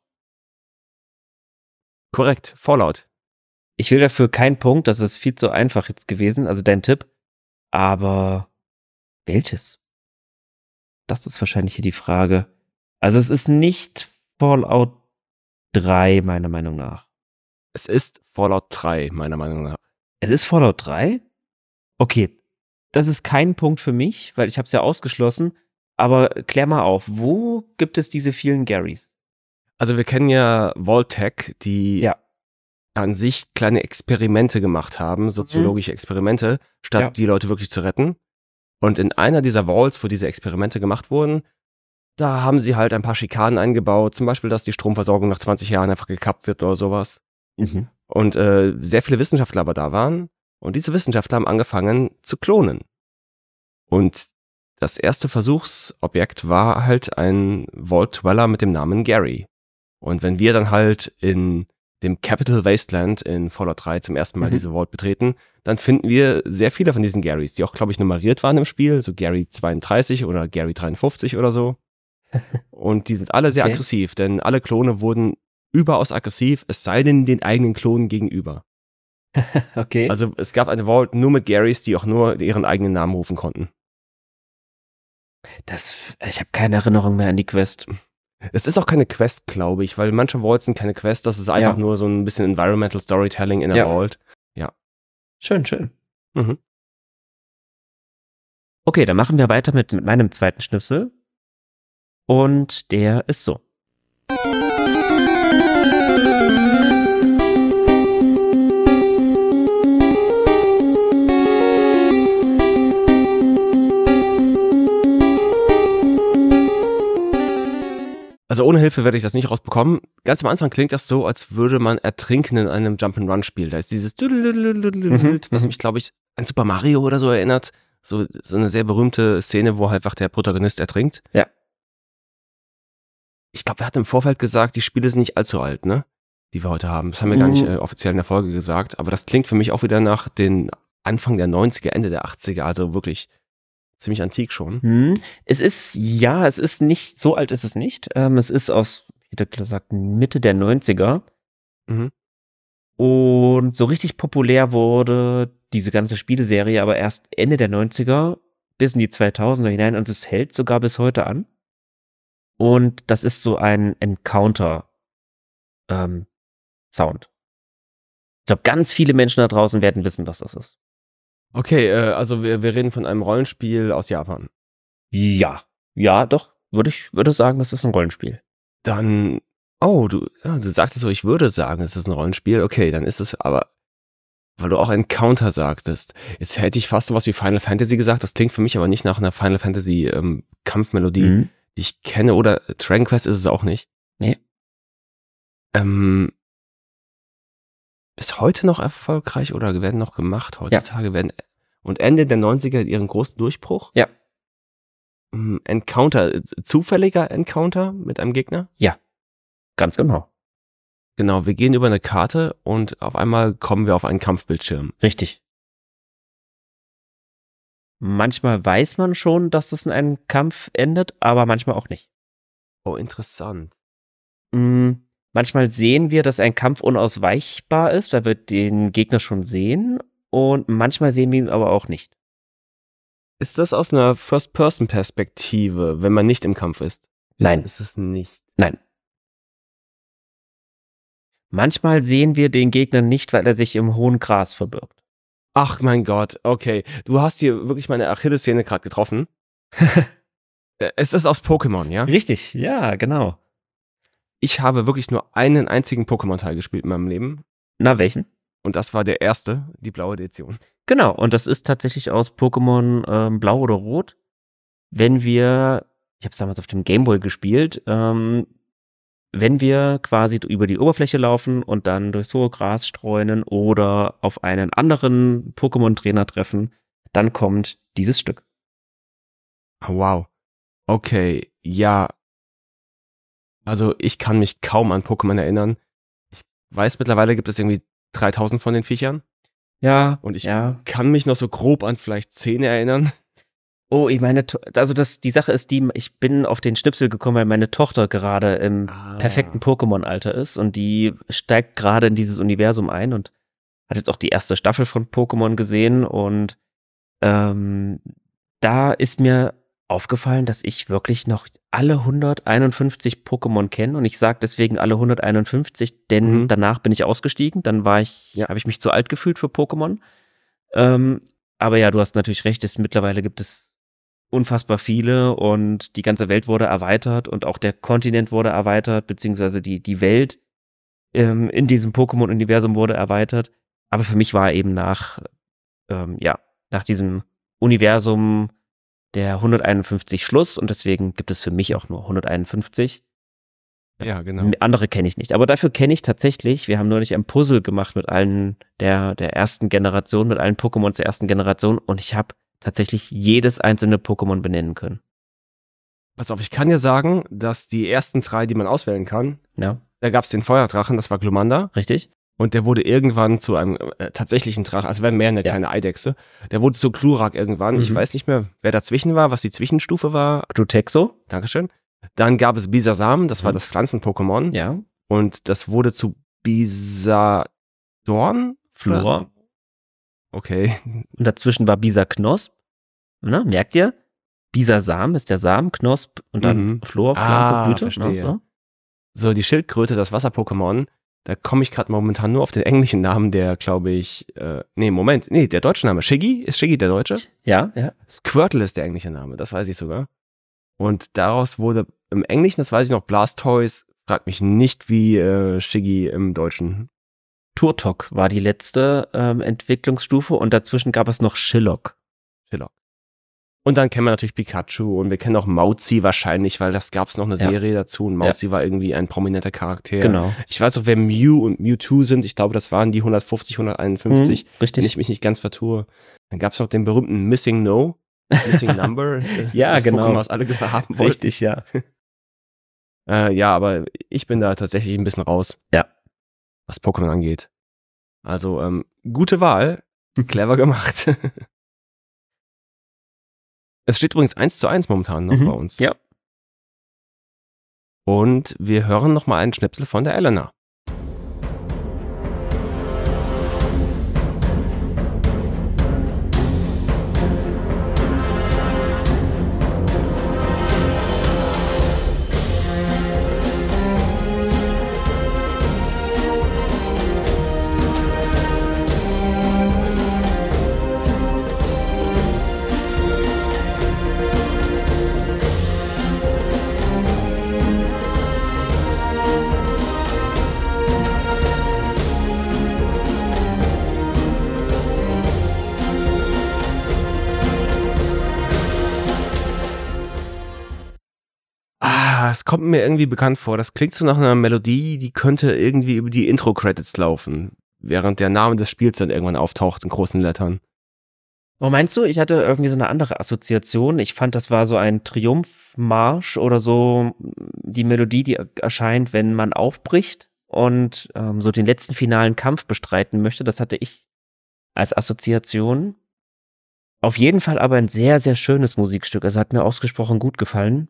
Korrekt, Fallout. Ich will dafür keinen Punkt, das ist viel zu einfach jetzt gewesen, also dein Tipp. Aber welches? Das ist wahrscheinlich hier die Frage. Also es ist nicht Fallout drei, meiner Meinung nach. Es ist Fallout drei, meiner Meinung nach. Es ist Fallout drei? Okay, das ist kein Punkt für mich, weil ich habe es ja ausgeschlossen. Aber klär mal auf, wo gibt es diese vielen Garys? Also wir kennen ja Vault-Tec, die Ja. an sich kleine Experimente gemacht haben, soziologische Experimente, statt Ja. die Leute wirklich zu retten. Und in einer dieser Vaults, wo diese Experimente gemacht wurden, Da haben sie halt ein paar Schikanen eingebaut, zum Beispiel, dass die Stromversorgung nach zwanzig Jahren einfach gekappt wird oder sowas. Mhm. Und äh, sehr viele Wissenschaftler aber da waren. Und diese Wissenschaftler haben angefangen zu klonen. Und das erste Versuchsobjekt war halt ein Vault Dweller mit dem Namen Gary. Und wenn wir dann halt in dem Capital Wasteland in Fallout drei zum ersten Mal Mhm. diese Vault betreten, dann finden wir sehr viele von diesen Garys, die auch, glaube ich, nummeriert waren im Spiel, so Gary zweiunddreißig oder Gary dreiundfünfzig oder so. Und die sind alle sehr Okay. aggressiv, denn alle Klone wurden überaus aggressiv, es sei denn den eigenen Klonen gegenüber. Okay. Also es gab eine Vault nur mit Garys, die auch nur ihren eigenen Namen rufen konnten. Das, ich habe keine Erinnerung mehr an die Quest. Es ist auch keine Quest, glaube ich, weil manche Vaults sind keine Quest, das ist einfach Ja. nur so ein bisschen Environmental Storytelling in der Ja. Vault. Schön, schön. Mhm. Okay, dann machen wir weiter mit, mit meinem zweiten Schnipsel. Und der ist so. Also ohne Hilfe werde ich das nicht rausbekommen. Ganz am Anfang klingt das so, als würde man ertrinken in einem Jump'n'Run-Spiel. Da ist dieses Mhm, was mhm. mich, glaube ich, an Super Mario oder so erinnert. So, so eine sehr berühmte Szene, wo halt einfach der Protagonist ertrinkt. Ja. Ich glaube, wir hatten im Vorfeld gesagt, die Spiele sind nicht allzu alt, ne? Die wir heute haben. Das haben wir gar nicht Mhm. äh, offiziell in der Folge gesagt. Aber das klingt für mich auch wieder nach den Anfang der neunziger, Ende der achtziger. Also wirklich ziemlich antik schon. Hm. Es ist, ja, es ist nicht, so alt ist es nicht. Ähm, es ist aus, wie hätte gesagt, Mitte der neunziger. Mhm. Und so richtig populär wurde diese ganze Spieleserie aber erst Ende der neunziger bis in die zweitausender hinein und es hält sogar bis heute an. Und das ist so ein Encounter ähm, Sound. Ich glaube, ganz viele Menschen da draußen werden wissen, was das ist. Okay, äh, also wir, wir reden von einem Rollenspiel aus Japan. Ja, ja, doch, würde ich würde sagen, das ist ein Rollenspiel. Dann, oh, du, ja, du sagtest so, ich würde sagen, es ist ein Rollenspiel. Okay, dann ist es aber, weil du auch Encounter sagtest. Jetzt hätte ich fast sowas wie Final Fantasy gesagt. Das klingt für mich aber nicht nach einer Final Fantasy ähm, Kampfmelodie, Mhm. die ich kenne. Oder Dragon Quest ist es auch nicht. Nee. Ähm, bis heute noch erfolgreich oder werden noch gemacht. Heutzutage werden und Ende der neunziger ihren großen Durchbruch. Ja. Ähm, Encounter, äh, zufälliger Encounter mit einem Gegner. Ganz genau. Genau, wir gehen über eine Karte und auf einmal kommen wir auf einen Kampfbildschirm. Richtig. Manchmal weiß man schon, dass es in einem Kampf endet, aber manchmal auch nicht. Oh, interessant. Mm, manchmal sehen wir, dass ein Kampf unausweichbar ist, weil wir den Gegner schon sehen. Und manchmal sehen wir ihn aber auch nicht. Ist das aus einer First-Person-Perspektive, wenn man nicht im Kampf ist? ist Nein. Ist es nicht. Nein. Manchmal sehen wir den Gegner nicht, weil er sich im hohen Gras verbirgt. Ach mein Gott, okay. Du hast hier wirklich meine Achillessehne gerade getroffen. Äh, es ist aus Pokémon, ja? Richtig, ja, genau. Ich habe wirklich nur einen einzigen Pokémon-Teil gespielt in meinem Leben. Na, welchen? Und das war der erste, die blaue Edition. Genau, und das ist tatsächlich aus Pokémon ähm, Blau oder Rot. Wenn wir, ich habe es damals auf dem Gameboy gespielt, ähm, wenn wir quasi über die Oberfläche laufen und dann durchs hohe Gras streunen oder auf einen anderen Pokémon-Trainer treffen, dann kommt dieses Stück. Oh, wow. Okay, ja. Also ich kann mich kaum an Pokémon erinnern. Ich weiß, mittlerweile gibt es irgendwie dreitausend von den Viechern. Ja, Und ich ja. kann mich noch so grob an vielleicht zehn erinnern. Oh, ich meine, to- also das, die Sache ist die, ich bin auf den Schnipsel gekommen, weil meine Tochter gerade im Ah. perfekten Pokémon-Alter ist und die steigt gerade in dieses Universum ein und hat jetzt auch die erste Staffel von Pokémon gesehen und ähm, da ist mir aufgefallen, dass ich wirklich noch alle hunderteinundfünfzig Pokémon kenne und ich sage deswegen alle hunderteinundfünfzig, denn Mhm. danach bin ich ausgestiegen, dann war ich, Ja. habe ich mich zu alt gefühlt für Pokémon. Ähm, aber ja, du hast natürlich recht, es, mittlerweile gibt es unfassbar viele und die ganze Welt wurde erweitert und auch der Kontinent wurde erweitert, beziehungsweise die, die Welt ähm, in diesem Pokémon-Universum wurde erweitert. Aber für mich war eben nach, ähm, ja, nach diesem Universum der hunderteinundfünfzig Schluss und deswegen gibt es für mich auch nur hunderteinundfünfzig. Ja, genau. Andere kenne ich nicht. Aber dafür kenne ich tatsächlich, wir haben neulich ein Puzzle gemacht mit allen der, der ersten Generation, mit allen Pokémons der ersten Generation und ich habe tatsächlich jedes einzelne Pokémon benennen können. Pass auf, ich kann dir sagen, dass die ersten drei, die man auswählen kann, Ja, da gab es den Feuerdrachen, das war Glumanda. richtig? Und der wurde irgendwann zu einem äh, tatsächlichen Drache, also wäre mehr eine Ja. kleine Eidechse. Der wurde zu Glurak irgendwann. Ich Mhm. weiß nicht mehr, wer dazwischen war, was die Zwischenstufe war. Glutexo? Dankeschön. Dann gab es Bisasam, das war Mhm. das Pflanzen-Pokémon. Ja. Und das wurde zu Bisadorn? Flor. Okay. Und dazwischen war Bisaknosp. Na, merkt ihr? Bisasam ist der Samen, Knosp und dann Mhm. Flor, Pflanze, Ah, Blüte. verstehe. Ne, So, die Schildkröte, das Wasser-Pokémon. Da komme ich gerade momentan nur auf den englischen Namen, der, glaube ich, äh, nee, Moment, nee, der deutsche Name. Shiggy? Ist Shiggy der deutsche? so. Ja, ja. Squirtle ist der englische Name, das weiß ich sogar. Und daraus wurde im Englischen, das weiß ich noch, Blastoise. Frag mich nicht, wie äh, Shiggy im Deutschen. Turtok war die letzte ähm, Entwicklungsstufe und dazwischen gab es noch Shillock. Shillock. Und dann kennen wir natürlich Pikachu und wir kennen auch Mauzi wahrscheinlich, weil das gab es noch eine Ja. Serie dazu und Mauzi war irgendwie ein prominenter Charakter. Genau. Ich weiß auch, wer Mew und Mewtwo sind. Ich glaube, das waren die hundertfünfzig, hunderteinundfünfzig, Mhm, wenn richtig. ich mich nicht ganz vertue. Dann gab es noch den berühmten Missing No, Missing Number. äh, Ja, das genau. Pokémon, was alle haben wollten. Richtig, ja. Äh, ja, aber ich bin da tatsächlich ein bisschen raus. Ja. Was Pokémon angeht. Also, ähm, gute Wahl. Clever gemacht. Es steht übrigens eins zu eins momentan noch Mhm. bei uns. Ja. Und wir hören noch mal einen Schnipsel von der Elena. Ah, es kommt mir irgendwie bekannt vor. Das klingt so nach einer Melodie, die könnte irgendwie über die Intro-Credits laufen, während der Name des Spiels dann irgendwann auftaucht in großen Lettern. Oh, meinst du, ich hatte irgendwie so eine andere Assoziation. Ich fand, das war so ein Triumphmarsch oder so die Melodie, die erscheint, wenn man aufbricht und ähm, so den letzten finalen Kampf bestreiten möchte. Das hatte ich als Assoziation. Auf jeden Fall aber ein sehr, sehr schönes Musikstück. Also hat mir ausgesprochen gut gefallen.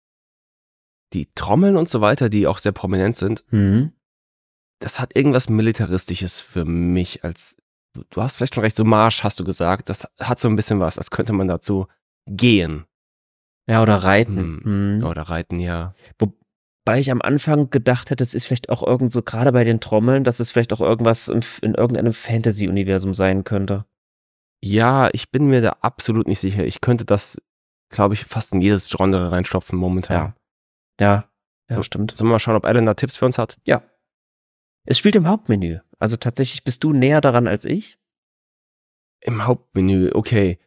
Die Trommeln und so weiter, die auch sehr prominent sind, Mhm. das hat irgendwas Militaristisches für mich als, du hast vielleicht schon recht, so Marsch hast du gesagt, das hat so ein bisschen was, als könnte man dazu gehen. Ja, oder reiten. Hm. Mhm. Oder reiten, ja. Wobei ich am Anfang gedacht hätte, es ist vielleicht auch irgend so, gerade bei den Trommeln, dass es vielleicht auch irgendwas in, in irgendeinem Fantasy-Universum sein könnte. Ja, ich bin mir da absolut nicht sicher. Ich könnte das, glaube ich, fast in jedes Genre reinstopfen momentan. Ja. Ja, ja, So. stimmt. Sollen wir mal schauen, ob Alan da Tipps für uns hat? Ja. Es spielt im Hauptmenü. Also tatsächlich bist du näher daran als ich. Im Hauptmenü, okay.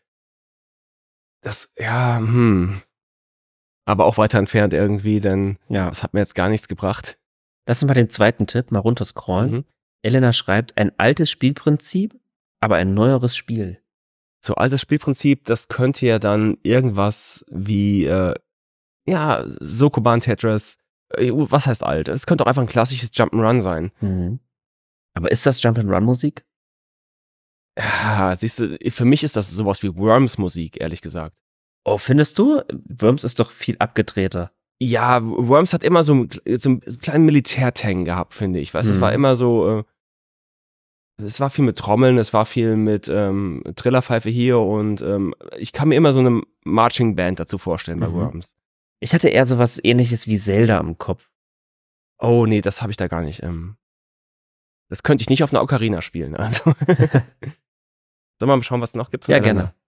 Das, ja, hm. Aber auch weiter entfernt irgendwie, denn Ja. das hat mir jetzt gar nichts gebracht. Lass uns mal den zweiten Tipp mal runterscrollen. Mhm. Elena schreibt, ein altes Spielprinzip, aber ein neueres Spiel. So altes Spielprinzip, das könnte ja dann irgendwas wie, äh, ja, Sokoban Tetris, äh, was heißt alt? Es könnte auch einfach ein klassisches Jump'n'Run sein. Mhm. Aber ist das Jump'n'Run-Musik? Ja, siehst du, für mich ist das sowas wie Worms-Musik, ehrlich gesagt. Oh, findest du? Worms ist doch viel abgedrehter. Ja, Worms hat immer so, so einen kleinen Militärtang gehabt, finde ich. Weißt du, es Mhm. war immer so, äh, es war viel mit Trommeln, es war viel mit ähm, Trillerpfeife hier und ähm, ich kann mir immer so eine Marching Band dazu vorstellen bei Mhm. Worms. Ich hatte eher sowas ähnliches wie Zelda im Kopf. Oh nee, das habe ich da gar nicht. Ähm, das könnte ich nicht auf einer Ocarina spielen. Also. Sollen wir mal schauen, was es noch gibt? von Ja, Elena? gerne.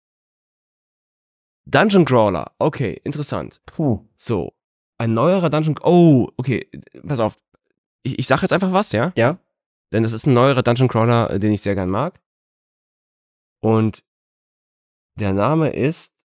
Dungeon Crawler. Okay, interessant. Puh. So, ein neuerer Dungeon. Oh, okay, pass auf. Ich, ich sag jetzt einfach was, ja? Ja? Denn es ist ein neuerer Dungeon Crawler, äh, den ich sehr gern mag. Und der Name ist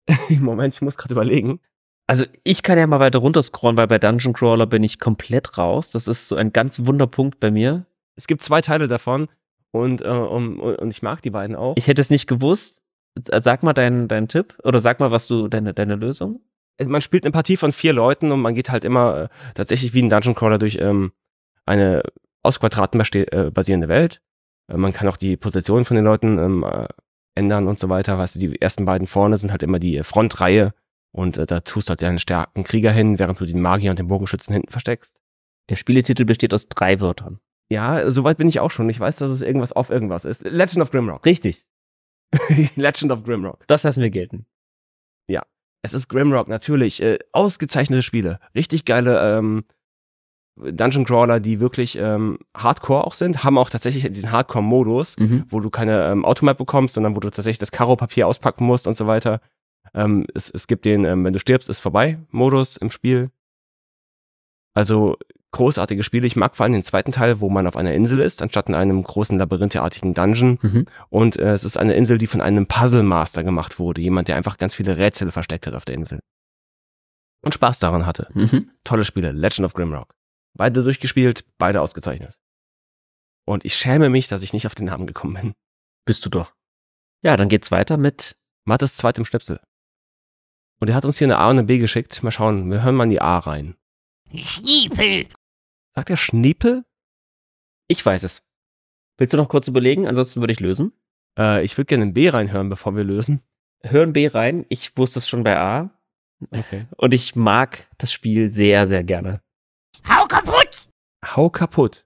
Moment, ich muss gerade überlegen. Also ich kann ja mal weiter runterscrollen, weil bei Dungeon Crawler bin ich komplett raus. Das ist so ein ganz Wunderpunkt bei mir. Es gibt zwei Teile davon und, äh, um, und ich mag die beiden auch. Ich hätte es nicht gewusst. Sag mal deinen deinen Tipp oder sag mal, was du deine deine Lösung. Man spielt eine Partie von vier Leuten und man geht halt immer äh, tatsächlich wie ein Dungeon Crawler durch ähm, eine aus Quadraten beste- äh, basierende Welt. Äh, man kann auch die Position von den Leuten ähm, äh, ändern und so weiter. Weißt du, die ersten beiden vorne sind halt immer die Frontreihe und äh, da tust du halt deinen starken Krieger hin, während du den Magier und den Bogenschützen hinten versteckst. Der Spieletitel besteht aus drei Wörtern. Ja, soweit bin ich auch schon. Ich weiß, dass es irgendwas auf irgendwas ist. Legend of Grimrock. Richtig. Legend of Grimrock. Das lassen wir gelten. Ja, es ist Grimrock, natürlich. Äh, ausgezeichnete Spiele. Richtig geile ähm, Dungeon Crawler, die wirklich ähm, Hardcore auch sind. Haben auch tatsächlich diesen Hardcore-Modus, Mhm. wo du keine ähm, Automap bekommst, sondern wo du tatsächlich das Karo-Papier auspacken musst und so weiter. Ähm, es, es gibt den, ähm, wenn du stirbst, ist vorbei, Modus im Spiel. Also großartige Spiele. Ich mag vor allem den zweiten Teil, wo man auf einer Insel ist, anstatt in einem großen labyrinthartigen Dungeon. Mhm. Und äh, es ist eine Insel, die von einem Puzzle-Master gemacht wurde. Jemand, der einfach ganz viele Rätsel versteckt hat auf der Insel. Und Spaß daran hatte. Mhm. Tolle Spiele. Legend of Grimrock. Beide durchgespielt, beide ausgezeichnet. Und ich schäme mich, dass ich nicht auf den Namen gekommen bin. Bist du doch. Ja, dann geht's weiter mit Mattes zweitem Schnipsel. Und er hat uns hier eine A und eine B geschickt. Mal schauen, wir hören mal in die A rein. Schniepel. Sagt er Schniepel? Ich weiß es. Willst du noch kurz überlegen? Ansonsten würde ich lösen. Äh, ich würde gerne in B reinhören, bevor wir lösen. Hören B rein. Ich wusste es schon bei A. Okay. Und ich mag das Spiel sehr, sehr gerne. Hau kaputt. Hau kaputt.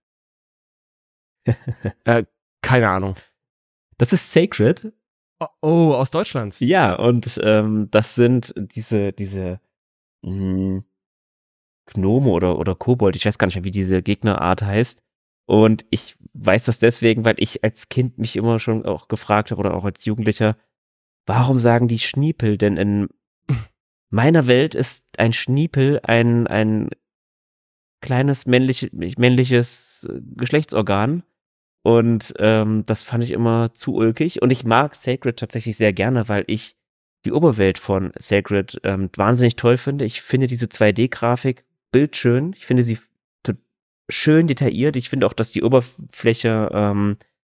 äh, keine Ahnung. Das ist Sacred. Oh, oh, aus Deutschland. Ja, und ähm, das sind diese, diese mh, Gnome oder, oder Kobold, ich weiß gar nicht mehr, wie diese Gegnerart heißt. Und ich weiß das deswegen, weil ich als Kind mich immer schon auch gefragt habe oder auch als Jugendlicher, warum sagen die Schniepel? Denn in meiner Welt ist ein Schniepel ein, ein kleines männlich, männliches Geschlechtsorgan. Und ähm, das fand ich immer zu ulkig. Und ich mag Sacred tatsächlich sehr gerne, weil ich die Oberwelt von Sacred ähm, wahnsinnig toll finde. Ich finde diese zwei D-Grafik bildschön. Ich finde sie t- schön detailliert. Ich finde auch, dass die Oberfläche ähm,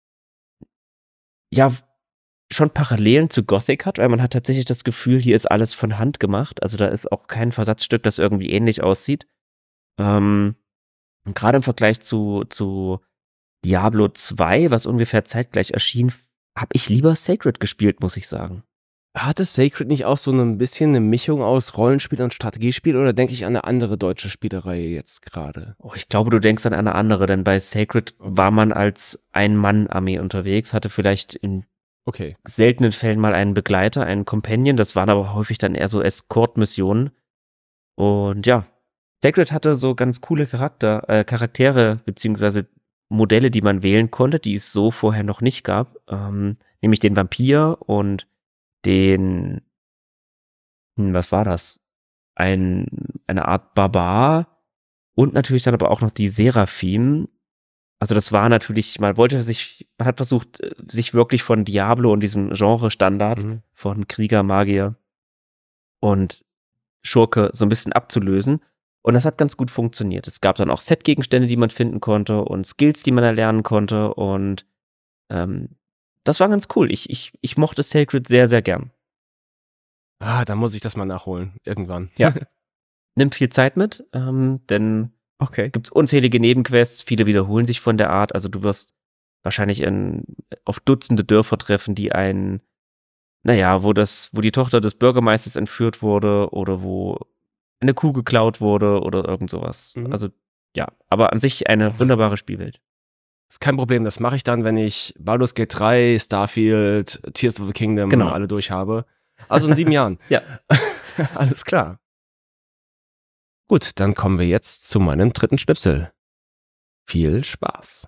ja schon Parallelen zu Gothic hat, weil man hat tatsächlich das Gefühl, hier ist alles von Hand gemacht. Also da ist auch kein Versatzstück, das irgendwie ähnlich aussieht. Ähm, und gerade im Vergleich zu, zu Diablo zwei, was ungefähr zeitgleich erschien, habe ich lieber Sacred gespielt, muss ich sagen. Hatte Sacred nicht auch so ein bisschen eine Mischung aus Rollenspiel und Strategiespiel oder denke ich an eine andere deutsche Spielereihe jetzt gerade? Oh, ich glaube, du denkst an eine andere, denn bei Sacred war man als Ein-Mann-Armee unterwegs, hatte vielleicht in Okay. seltenen Fällen mal einen Begleiter, einen Companion, das waren aber häufig dann eher so Escort-Missionen. Und ja, Sacred hatte so ganz coole Charakter, äh, Charaktere, beziehungsweise Modelle, die man wählen konnte, die es so vorher noch nicht gab. Ähm, nämlich den Vampir und den, hm, was war das? Ein, eine Art Barbar und natürlich dann aber auch noch die Seraphim. Also das war natürlich, man wollte sich, man hat versucht, sich wirklich von Diablo und diesem Genre-Standard Mhm. von Krieger, Magier und Schurke so ein bisschen abzulösen. Und das hat ganz gut funktioniert. Es gab dann auch Set-Gegenstände, die man finden konnte und Skills, die man erlernen konnte. Und ähm, das war ganz cool. Ich, ich, ich mochte Sacred sehr, sehr gern. Ah, da muss ich das mal nachholen. Irgendwann. Ja. Nimmt viel Zeit mit, ähm, denn Okay. gibt es unzählige Nebenquests. Viele wiederholen sich von der Art. Also du wirst wahrscheinlich in, auf Dutzende Dörfer treffen, die ein, naja, wo das, wo die Tochter des Bürgermeisters entführt wurde oder wo eine Kuh geklaut wurde oder irgend sowas. Mhm. Also ja, aber an sich eine wunderbare Spielwelt. Ist kein Problem, das mache ich dann, wenn ich Baldur's Gate drei, Starfield, Tears of the Kingdom Genau. alle durch habe. Also in sieben Jahren. Ja. Alles klar. Gut, dann kommen wir jetzt zu meinem dritten Schnipsel. Viel Spaß.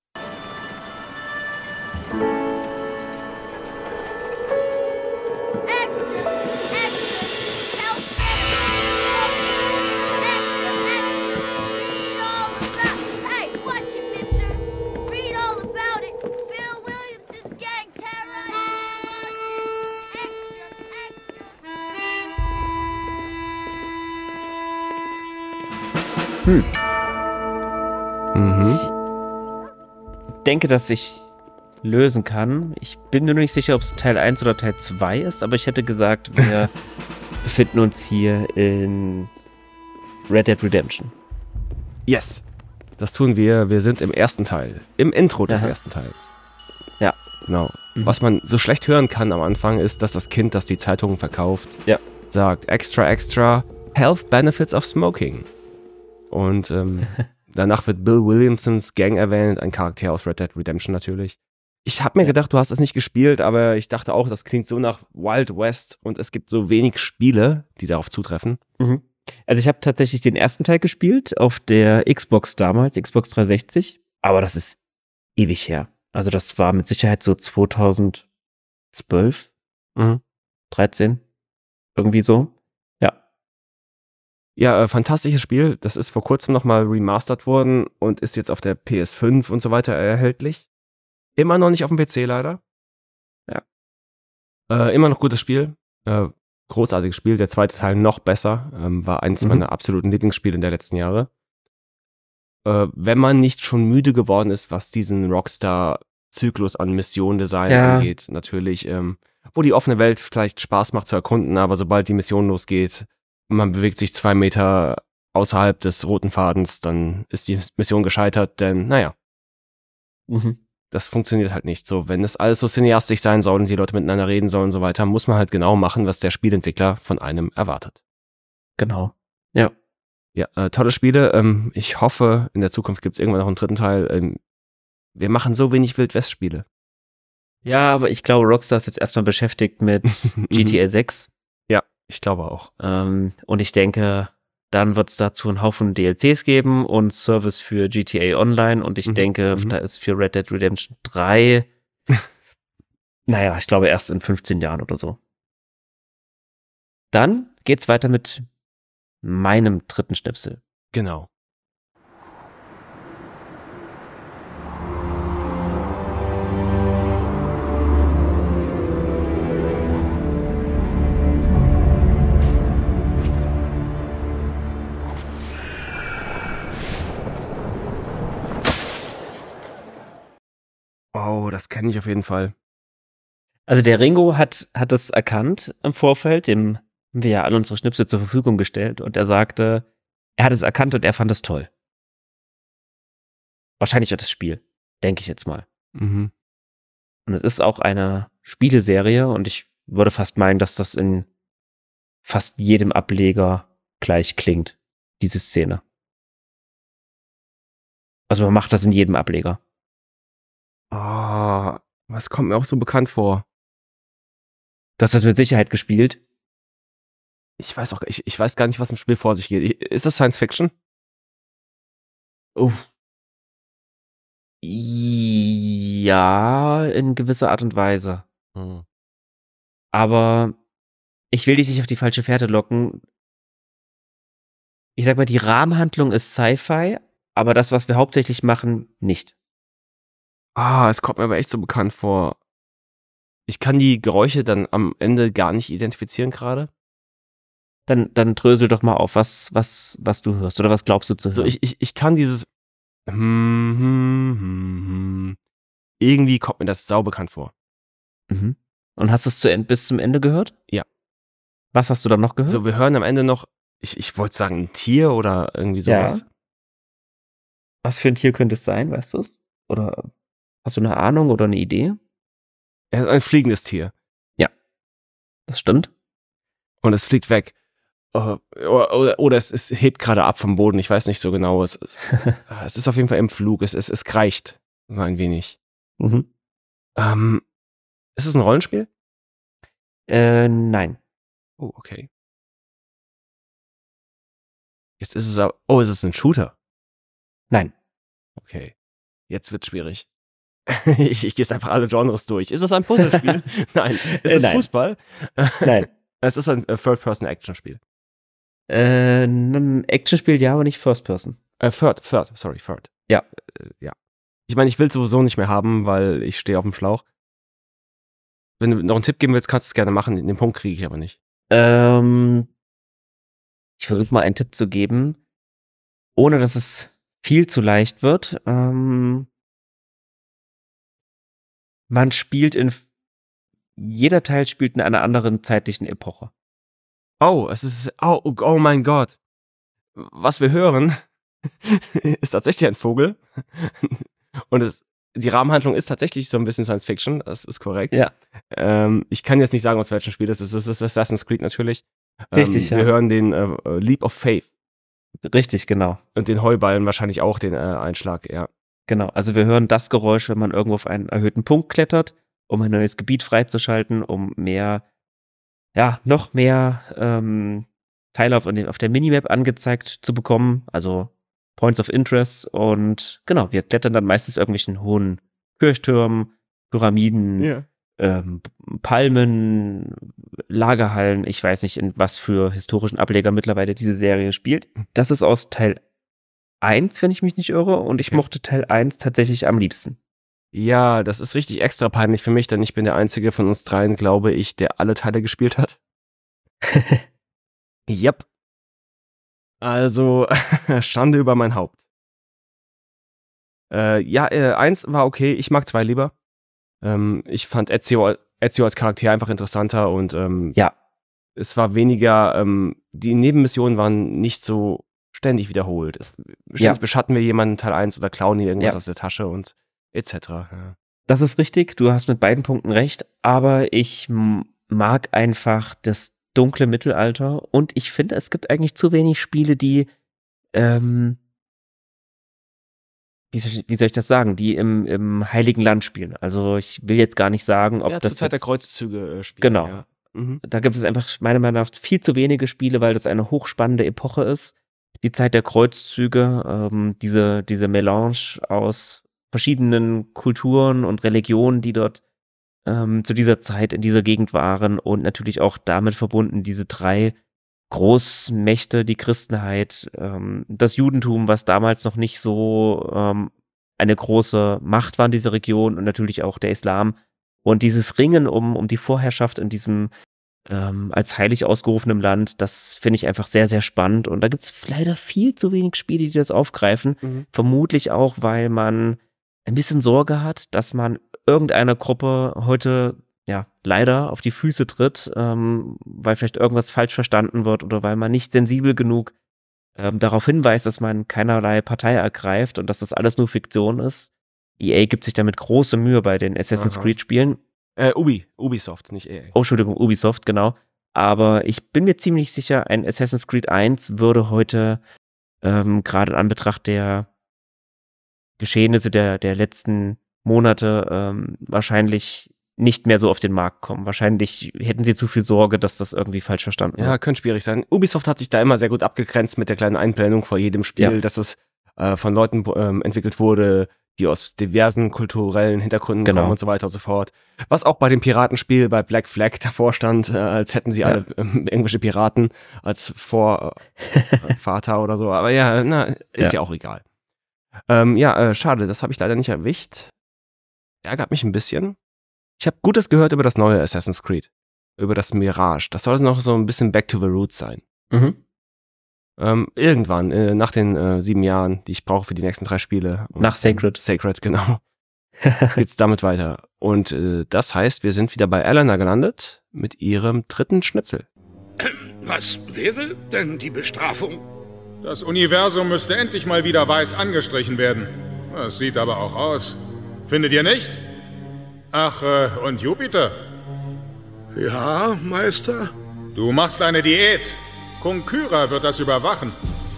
Extra, extra, help extra, extra, read all about, hey, watch it, mister, read all about it, Bill Williamson's gang terrorized extra, extra. Hm. Mhm. Ich denke, dass ich lösen kann. Ich bin mir nur nicht sicher, ob es Teil eins oder Teil zwei ist, aber ich hätte gesagt, wir befinden uns hier in Red Dead Redemption. Yes. Das tun wir. Wir sind im ersten Teil. Im Intro des Aha. ersten Teils. Ja. Genau. Mhm. Was man so schlecht hören kann am Anfang, ist, dass das Kind, das die Zeitungen verkauft, Ja. sagt, extra, extra, Health Benefits of Smoking. Und ähm, danach wird Bill Williamsons Gang erwähnt, ein Charakter aus Red Dead Redemption natürlich. Ich habe mir Ja. gedacht, du hast es nicht gespielt, aber ich dachte auch, das klingt so nach Wild West und es gibt so wenig Spiele, die darauf zutreffen. Mhm. Also ich habe tatsächlich den ersten Teil gespielt auf der Xbox damals, Xbox dreihundertsechzig, aber das ist ewig her. Also das war mit Sicherheit so zweitausendzwölf, Mhm. dreizehn, irgendwie so. Ja. Ja, äh, fantastisches Spiel. Das ist vor kurzem nochmal remastert worden und ist jetzt auf der P S fünf und so weiter erhältlich. Immer noch nicht auf dem P C leider. Ja. Äh, immer noch gutes Spiel. Äh, großartiges Spiel. Der zweite Teil noch besser. Ähm, war eins Mhm. meiner absoluten Lieblingsspiele in der letzten Jahre. Äh, wenn man nicht schon müde geworden ist, was diesen Rockstar-Zyklus an Missionendesign Ja. angeht, natürlich, ähm, wo die offene Welt vielleicht Spaß macht zu erkunden, aber sobald die Mission losgeht, man bewegt sich zwei Meter außerhalb des roten Fadens, dann ist die Mission gescheitert, denn, naja, Mhm. das funktioniert halt nicht so. Wenn es alles so cineastisch sein soll und die Leute miteinander reden sollen und so weiter, muss man halt genau machen, was der Spielentwickler von einem erwartet. Genau. Ja. Ja, äh, tolle Spiele. Ähm, ich hoffe, in der Zukunft gibt es irgendwann noch einen dritten Teil. Ähm, wir machen so wenig Wild-West-Spiele. Ja, aber ich glaube, Rockstar ist jetzt erstmal beschäftigt mit G T A sechs. Ja, ich glaube auch. Ähm, und ich denke, dann wird es dazu einen Haufen D L Cs geben und Service für G T A Online. Und ich Mhm, denke, mhm. da ist für Red Dead Redemption drei, naja, ich glaube erst in fünfzehn Jahren oder so. Dann geht's weiter mit meinem dritten Schnipsel. Genau. Oh, das kenne ich auf jeden Fall. Also der Ringo hat, hat es erkannt im Vorfeld, dem haben wir ja alle unsere Schnipsel zur Verfügung gestellt und er sagte, er hat es erkannt und er fand es toll. Wahrscheinlich auch das Spiel, denke ich jetzt mal. Mhm. Und es ist auch eine Spieleserie und ich würde fast meinen, dass das in fast jedem Ableger gleich klingt, diese Szene. Also man macht das in jedem Ableger. Ah, was kommt mir auch so bekannt vor? Du hast das mit Sicherheit gespielt. Ich weiß auch, ich, ich weiß gar nicht, was im Spiel vor sich geht. Ich, ist das Science Fiction? Uff. Ja, in gewisser Art und Weise. Hm. Aber ich will dich nicht auf die falsche Fährte locken. Ich sag mal, die Rahmenhandlung ist Sci-Fi, aber das, was wir hauptsächlich machen, nicht. Ah, es kommt mir aber echt so bekannt vor. Ich kann die Geräusche dann am Ende gar nicht identifizieren gerade. Dann, dann drösel doch mal auf, was, was, was du hörst oder was glaubst du zu hören. So, ich, ich, ich kann dieses hm, hm, hm, hm. Irgendwie kommt mir das sau bekannt vor. Mhm. Und hast du es zu End, bis zum Ende gehört? Ja. Was hast du dann noch gehört? So, wir hören am Ende noch, ich, ich wollte sagen, ein Tier oder irgendwie sowas. Ja. Was für ein Tier könnte es sein, weißt du es? Oder hast du eine Ahnung oder eine Idee? Er ist ein fliegendes Tier. Das stimmt. Und es fliegt weg. Oh, Oder, oder, oder es, es hebt gerade ab vom Boden. Ich weiß nicht so genau. Es, es, es ist auf jeden Fall im Flug. Es, es, es kreicht so ein wenig. Mhm. Ähm, ist es ein Rollenspiel? Äh, nein. Oh, okay. Jetzt ist es aber. Oh, ist es ein Shooter? Nein. Okay. Jetzt wird's schwierig. ich ich gehe jetzt einfach alle Genres durch. Ist es ein Puzzlespiel? Nein. Ist Äh, es nein. Fußball? Nein. Es ist ein äh, Third-Person-Action-Spiel. Äh, ein Actionspiel ja, aber nicht First Person. Äh, Third, Third, sorry, Third. Ja. Äh, ja. Ich meine, ich will es sowieso nicht mehr haben, weil ich stehe auf dem Schlauch. Wenn du noch einen Tipp geben willst, kannst du es gerne machen. Den Punkt kriege ich aber nicht. Ähm, ich versuche mal einen Tipp zu geben. ohne dass es viel zu leicht wird. Ähm, man spielt in, jeder Teil spielt in einer anderen zeitlichen Epoche. Oh, es ist, oh, oh mein Gott. Was wir hören, ist tatsächlich ein Vogel. Und es, die Rahmenhandlung ist tatsächlich so ein bisschen Science Fiction, das ist korrekt. Ja. Ähm, ich kann jetzt nicht sagen, aus welchem Spiel das ist. Es ist Assassin's Creed natürlich. Richtig, ähm, ja. Wir hören den äh, Leap of Faith. Richtig, genau. Und den Heuballen wahrscheinlich auch, den äh, Einschlag, ja. Genau, also wir hören das Geräusch, wenn man irgendwo auf einen erhöhten Punkt klettert, um ein neues Gebiet freizuschalten, um mehr, ja, noch mehr ähm, Teile auf, auf der Minimap angezeigt zu bekommen, also Points of Interest. Und genau, wir klettern dann meistens irgendwelchen hohen Kirchtürmen, Pyramiden, Ja. ähm, Palmen, Lagerhallen. Ich weiß nicht, in was für historischen Ableger mittlerweile diese Serie spielt. Das ist aus Teil eins, wenn ich mich nicht irre, und ich Okay. mochte Teil eins tatsächlich am liebsten. Ja, das ist richtig extra peinlich für mich, denn ich bin der einzige von uns dreien, glaube ich, der alle Teile gespielt hat. Yep. Also, Schande über mein Haupt. Äh, ja, äh, eins war okay, ich mag zwei lieber. Ähm, ich fand Ezio, Ezio als Charakter einfach interessanter und ähm, Ja, es war weniger, ähm, die Nebenmissionen waren nicht so ständig wiederholt. Es, ständig Ja. beschatten wir jemanden Teil eins oder klauen ihm irgendwas Ja. aus der Tasche und et cetera. Ja. das ist richtig. Du hast mit beiden Punkten recht, aber ich m- mag einfach das dunkle Mittelalter und ich finde, es gibt eigentlich zu wenig Spiele, die, ähm, wie soll ich, wie soll ich das sagen, die im, im Heiligen Land spielen. Also ich will jetzt gar nicht sagen, ob ja, das zur Zeit der jetzt, Kreuzzüge äh, spielen. Genau. Ja. Mhm. da gibt es einfach meiner Meinung nach viel zu wenige Spiele, weil das eine hochspannende Epoche ist. Die Zeit der Kreuzzüge, ähm, diese, diese Melange aus verschiedenen Kulturen und Religionen, die dort ähm, zu dieser Zeit in dieser Gegend waren und natürlich auch damit verbunden diese drei Großmächte, die Christenheit, ähm, das Judentum, was damals noch nicht so ähm, eine große Macht war in dieser Region und natürlich auch der Islam. Und dieses Ringen um, um die Vorherrschaft in diesem ähm, als heilig ausgerufenem Land, das finde ich einfach sehr, sehr spannend. Und da gibt es leider viel zu wenig Spiele, die das aufgreifen. Mhm. Vermutlich auch, weil man ein bisschen Sorge hat, dass man irgendeiner Gruppe heute ja leider auf die Füße tritt, ähm, weil vielleicht irgendwas falsch verstanden wird oder weil man nicht sensibel genug ähm, darauf hinweist, dass man keinerlei Partei ergreift und dass das alles nur Fiktion ist. E A gibt sich damit große Mühe bei den Assassin's Aha. Creed Spielen. Äh, Ubi, Ubisoft, nicht E A. Oh, Entschuldigung, Ubisoft, genau. Aber ich bin mir ziemlich sicher, ein Assassin's Creed eins würde heute ähm, gerade in Anbetracht der Geschehnisse der, der letzten Monate ähm, wahrscheinlich nicht mehr so auf den Markt kommen. Wahrscheinlich hätten sie zu viel Sorge, dass das irgendwie falsch verstanden Ja, wird. könnte schwierig sein. Ubisoft hat sich da immer sehr gut abgegrenzt mit der kleinen Einblendung vor jedem Spiel, Ja. dass es äh, von Leuten ähm, entwickelt wurde, die aus diversen kulturellen Hintergründen Genau. kommen und so weiter und so fort. Was auch bei dem Piratenspiel bei Black Flag davor stand, äh, als hätten sie Ja. alle ähm, englische Piraten als Vorvater äh, Vater oder so. Aber ja, na, ist ja, Ja. auch egal. Ähm, ja, äh, schade, das habe ich leider nicht erwischt. Ärgert mich ein bisschen. Ich habe Gutes gehört über das neue Assassin's Creed. Über das Mirage. Das soll noch so ein bisschen back to the roots sein. Mhm. Ähm, irgendwann, äh, nach den äh, sieben Jahren, die ich brauche für die nächsten drei Spiele. Und, Nach Sacred. Ähm, Sacred, genau. Geht's damit weiter. Und äh, das heißt, wir sind wieder bei Elena gelandet mit ihrem dritten Schnitzel. Was wäre denn die Bestrafung? Das Universum müsste endlich mal wieder weiß angestrichen werden. Das sieht aber auch aus. Findet ihr nicht? Ach, äh, und Jupiter? Ja, Meister? Du machst eine Diät. Konkyra wird das überwachen.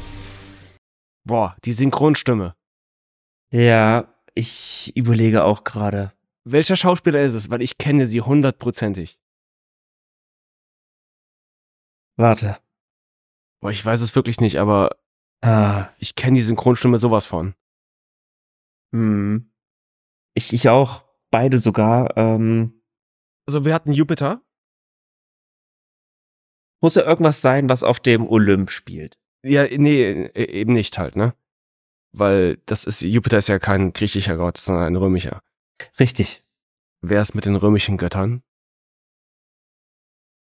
Boah, die Synchronstimme. Ja, ich überlege auch gerade. Welcher Schauspieler ist es? Weil ich kenne sie hundertprozentig. Warte. Boah, ich weiß es wirklich nicht, aber Ah, ich kenne die Synchronstimme sowas von. hm. Ich, ich auch. Beide sogar. Ähm, Also wir hatten Jupiter. muss ja irgendwas sein, was auf dem Olymp spielt. Ja, nee, e- eben nicht halt, ne? Weil das ist, Jupiter ist ja kein griechischer Gott, sondern ein römischer. Richtig. Wer ist mit den römischen Göttern?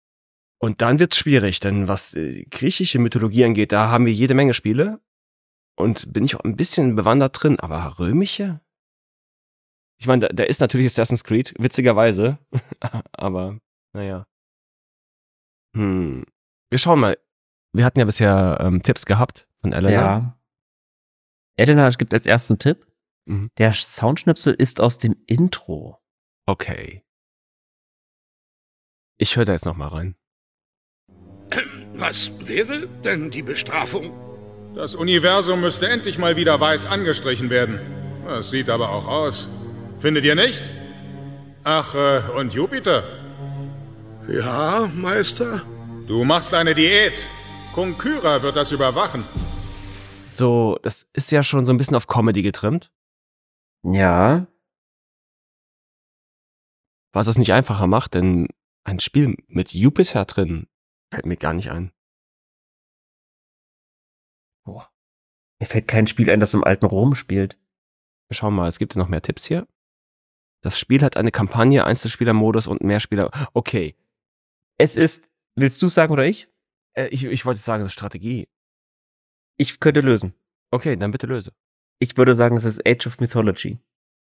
Und dann wird's schwierig, denn was äh, griechische Mythologie angeht, da haben wir jede Menge Spiele. und bin ich auch ein bisschen bewandert drin, aber römische? Ich meine, da, da ist natürlich Assassin's Creed, witzigerweise, aber naja. Hm. Wir schauen mal. Wir hatten ja bisher ähm, Tipps gehabt von Elena. Ja. Elena gibt als ersten Tipp, Mhm. der Soundschnipsel ist aus dem Intro. Okay. Ich höre da jetzt noch mal rein. Was wäre denn die Bestrafung? Das Universum müsste endlich mal wieder weiß angestrichen werden. Das sieht aber auch aus. Findet ihr nicht? Ach, äh, und Jupiter? Ja, Meister? Du machst eine Diät. Konkyra wird das überwachen. So, das ist ja schon so ein bisschen auf Comedy getrimmt. Ja. Was es nicht einfacher macht, denn ein Spiel mit Jupiter drin fällt mir gar nicht ein. Boah. Mir fällt kein Spiel ein, das im alten Rom spielt. Wir schauen mal, es gibt ja noch mehr Tipps hier. Das Spiel hat eine Kampagne, Einzelspielermodus und Mehrspieler. Okay. Es ist, willst du sagen oder ich? Äh, ich, ich wollte sagen, das ist Strategie. Ich könnte lösen. Okay, dann bitte löse. Ich würde sagen, es ist Age of Mythology.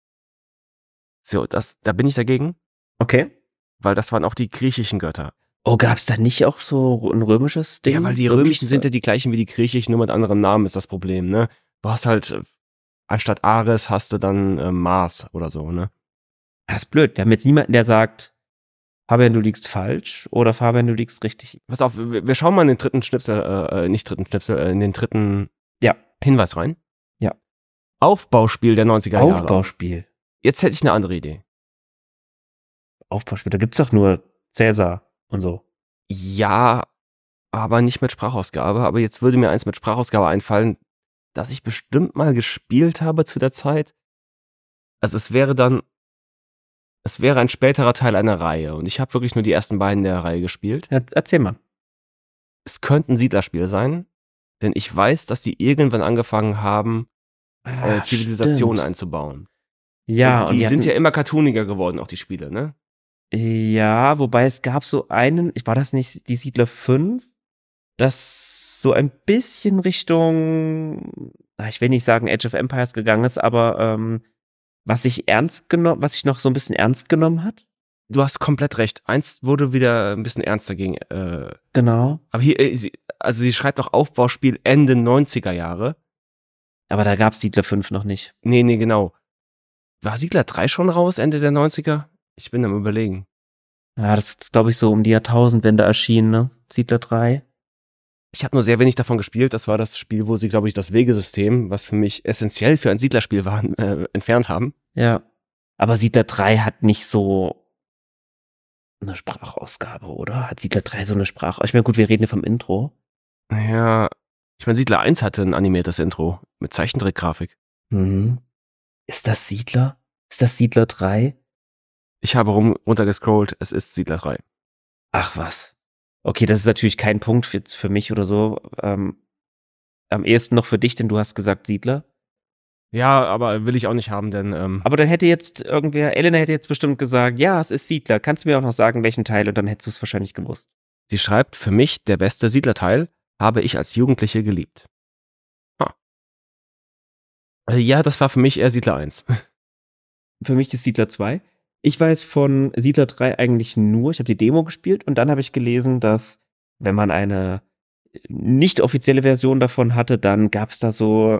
So, das, da bin ich dagegen, Okay. weil das waren auch die griechischen Götter. Oh, gab's da nicht auch so ein römisches Ding? Ja, weil die römischen sind ja die gleichen wie die griechischen, nur mit anderen Namen ist das Problem, ne? Du hast halt, äh, anstatt Ares hast du dann äh, Mars oder so, ne? Das ist blöd. Wir haben jetzt niemanden, der sagt, Fabian, du liegst falsch oder Fabian, du liegst richtig. Pass auf, wir wir schauen mal in den dritten Schnipsel, äh, nicht dritten Schnipsel, äh, in den dritten Ja. Hinweis rein. Ja. Aufbauspiel der neunziger Jahre. Aufbauspiel. Jetzt hätte ich eine andere Idee. Aufbauspiel. Da gibt's doch nur Cäsar und so. Ja, aber nicht mit Sprachausgabe. Aber jetzt würde mir eins mit Sprachausgabe einfallen, das ich bestimmt mal gespielt habe zu der Zeit. Also es wäre dann, es wäre ein späterer Teil einer Reihe. Und ich habe wirklich nur die ersten beiden der Reihe gespielt. Ja, erzähl mal. Es könnte ein Siedlerspiel sein, denn ich weiß, dass die irgendwann angefangen haben, äh, Ah, Zivilisationen stimmt. einzubauen. Ja, und und die, die sind hatten- ja immer cartooniger geworden, auch die Spiele, ne? Ja, wobei es gab so einen, war das nicht die Siedler fünf? Das so ein bisschen Richtung, ah, ich will nicht sagen Age of Empires gegangen ist, aber ähm, was sich ernst genommen, was sich noch so ein bisschen ernst genommen hat. Du hast komplett recht. Eins wurde wieder ein bisschen ernster gegen. Äh, Genau. aber hier, äh, sie, also sie schreibt noch Aufbauspiel Ende neunziger Jahre. Aber da gab's Siedler fünf noch nicht. Nee, nee, genau. War Siedler drei schon raus, Ende der neunziger? Ich bin am Überlegen. Ja, das ist, glaube ich, so um die Jahrtausendwende erschienen, ne? Siedler drei. Ich habe nur sehr wenig davon gespielt. Das war das Spiel, wo sie, glaube ich, das Wegesystem, was für mich essentiell für ein Siedlerspiel war, äh, entfernt haben. Ja. Aber Siedler drei hat nicht so eine Sprachausgabe, oder? Hat Siedler drei so eine Sprache? Ich meine, gut, wir reden ja vom Intro. Naja, ich meine, Siedler eins hatte ein animiertes Intro mit Zeichentrickgrafik. Mhm. Ist das Siedler? Ist das Siedler drei? Ich habe rum, runtergescrollt, es ist Siedler drei. Ach was. Okay, das ist natürlich kein Punkt jetzt für mich oder so. Ähm, am ehesten noch für dich, denn du hast gesagt Siedler. Ja, aber will ich auch nicht haben, denn ähm, Aber dann hätte jetzt irgendwer, Elena hätte jetzt bestimmt gesagt, ja, es ist Siedler. Kannst du mir auch noch sagen, welchen Teil? Und dann hättest du es wahrscheinlich gewusst. sie schreibt, für mich der beste Siedlerteil habe ich als Jugendliche geliebt. Ah. Äh, Ja, das war für mich eher Siedler eins. Für mich ist Siedler zwei. Ich weiß von Siedler drei eigentlich nur, ich habe die Demo gespielt und dann habe ich gelesen, dass wenn man eine nicht offizielle Version davon hatte, dann gab es da so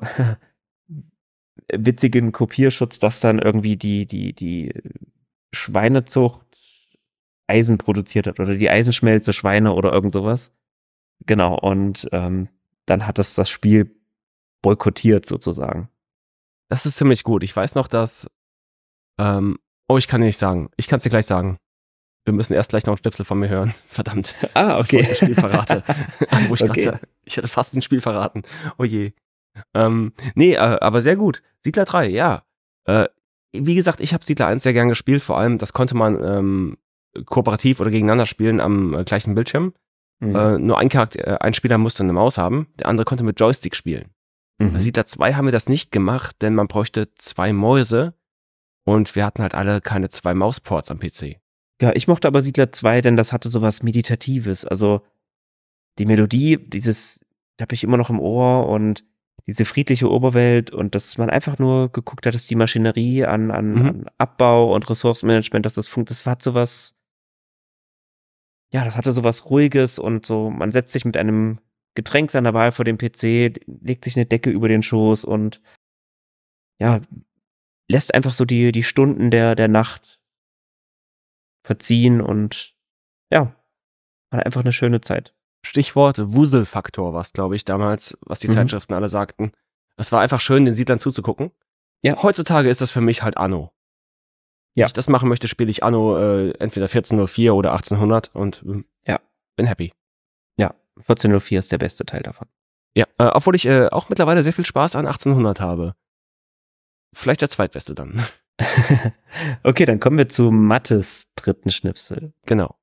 witzigen Kopierschutz, dass dann irgendwie die, die, die Schweinezucht Eisen produziert hat oder die Eisenschmelze Schweine oder irgend sowas. Genau, und ähm, dann hat das das Spiel boykottiert sozusagen. Das ist ziemlich gut. Ich weiß noch, dass ähm, oh, ich kann dir nicht sagen. Ich kann es dir gleich sagen. Wir müssen erst gleich noch einen Schnipsel von mir hören. Verdammt. Ah, Bevor ich das Spiel verrate. Wo ich, Okay. grad, ich hätte fast ein Spiel verraten. Oh je. Ähm, nee, äh, aber sehr gut. Siedler drei, ja. Äh, wie gesagt, ich habe Siedler eins sehr gern gespielt. Vor allem, das konnte man ähm, kooperativ oder gegeneinander spielen am äh, gleichen Bildschirm. Mhm. Äh, nur ein Charakter, äh, ein Spieler musste eine Maus haben. Der andere konnte mit Joystick spielen. Bei Mhm. Siedler zwei haben wir das nicht gemacht, denn man bräuchte zwei Mäuse. Und wir hatten halt alle keine zwei Mausports am P C. Ja, ich mochte aber Siedler zwei, denn das hatte sowas Meditatives. Also die Melodie, dieses, die habe ich immer noch im Ohr und diese friedliche Oberwelt und dass man einfach nur geguckt hat, dass die Maschinerie an, an, Mhm. an Abbau und Ressourcenmanagement, dass das funkt, das hat sowas, ja, das hatte sowas Ruhiges und so, man setzt sich mit einem Getränk seiner Wahl vor dem P C, legt sich eine Decke über den Schoß und ja, lässt einfach so die, die Stunden der, der Nacht verziehen und ja, hat einfach eine schöne Zeit. Stichwort Wuselfaktor war es, glaube ich, damals, was die Mhm. Zeitschriften alle sagten. Es war einfach schön, den Siedlern zuzugucken. Ja. Heutzutage ist das für mich halt Anno. Wenn Ja. ich das machen möchte, spiele ich Anno äh, entweder vierzehn null vier oder achtzehnhundert und ähm, Ja. bin happy. vierzehn null vier ist der beste Teil davon. Ja, äh, obwohl ich äh, auch mittlerweile sehr viel Spaß an achtzehnhundert habe. Vielleicht der zweitbeste dann. Okay, dann kommen wir zu Mattes dritten Schnipsel. Genau.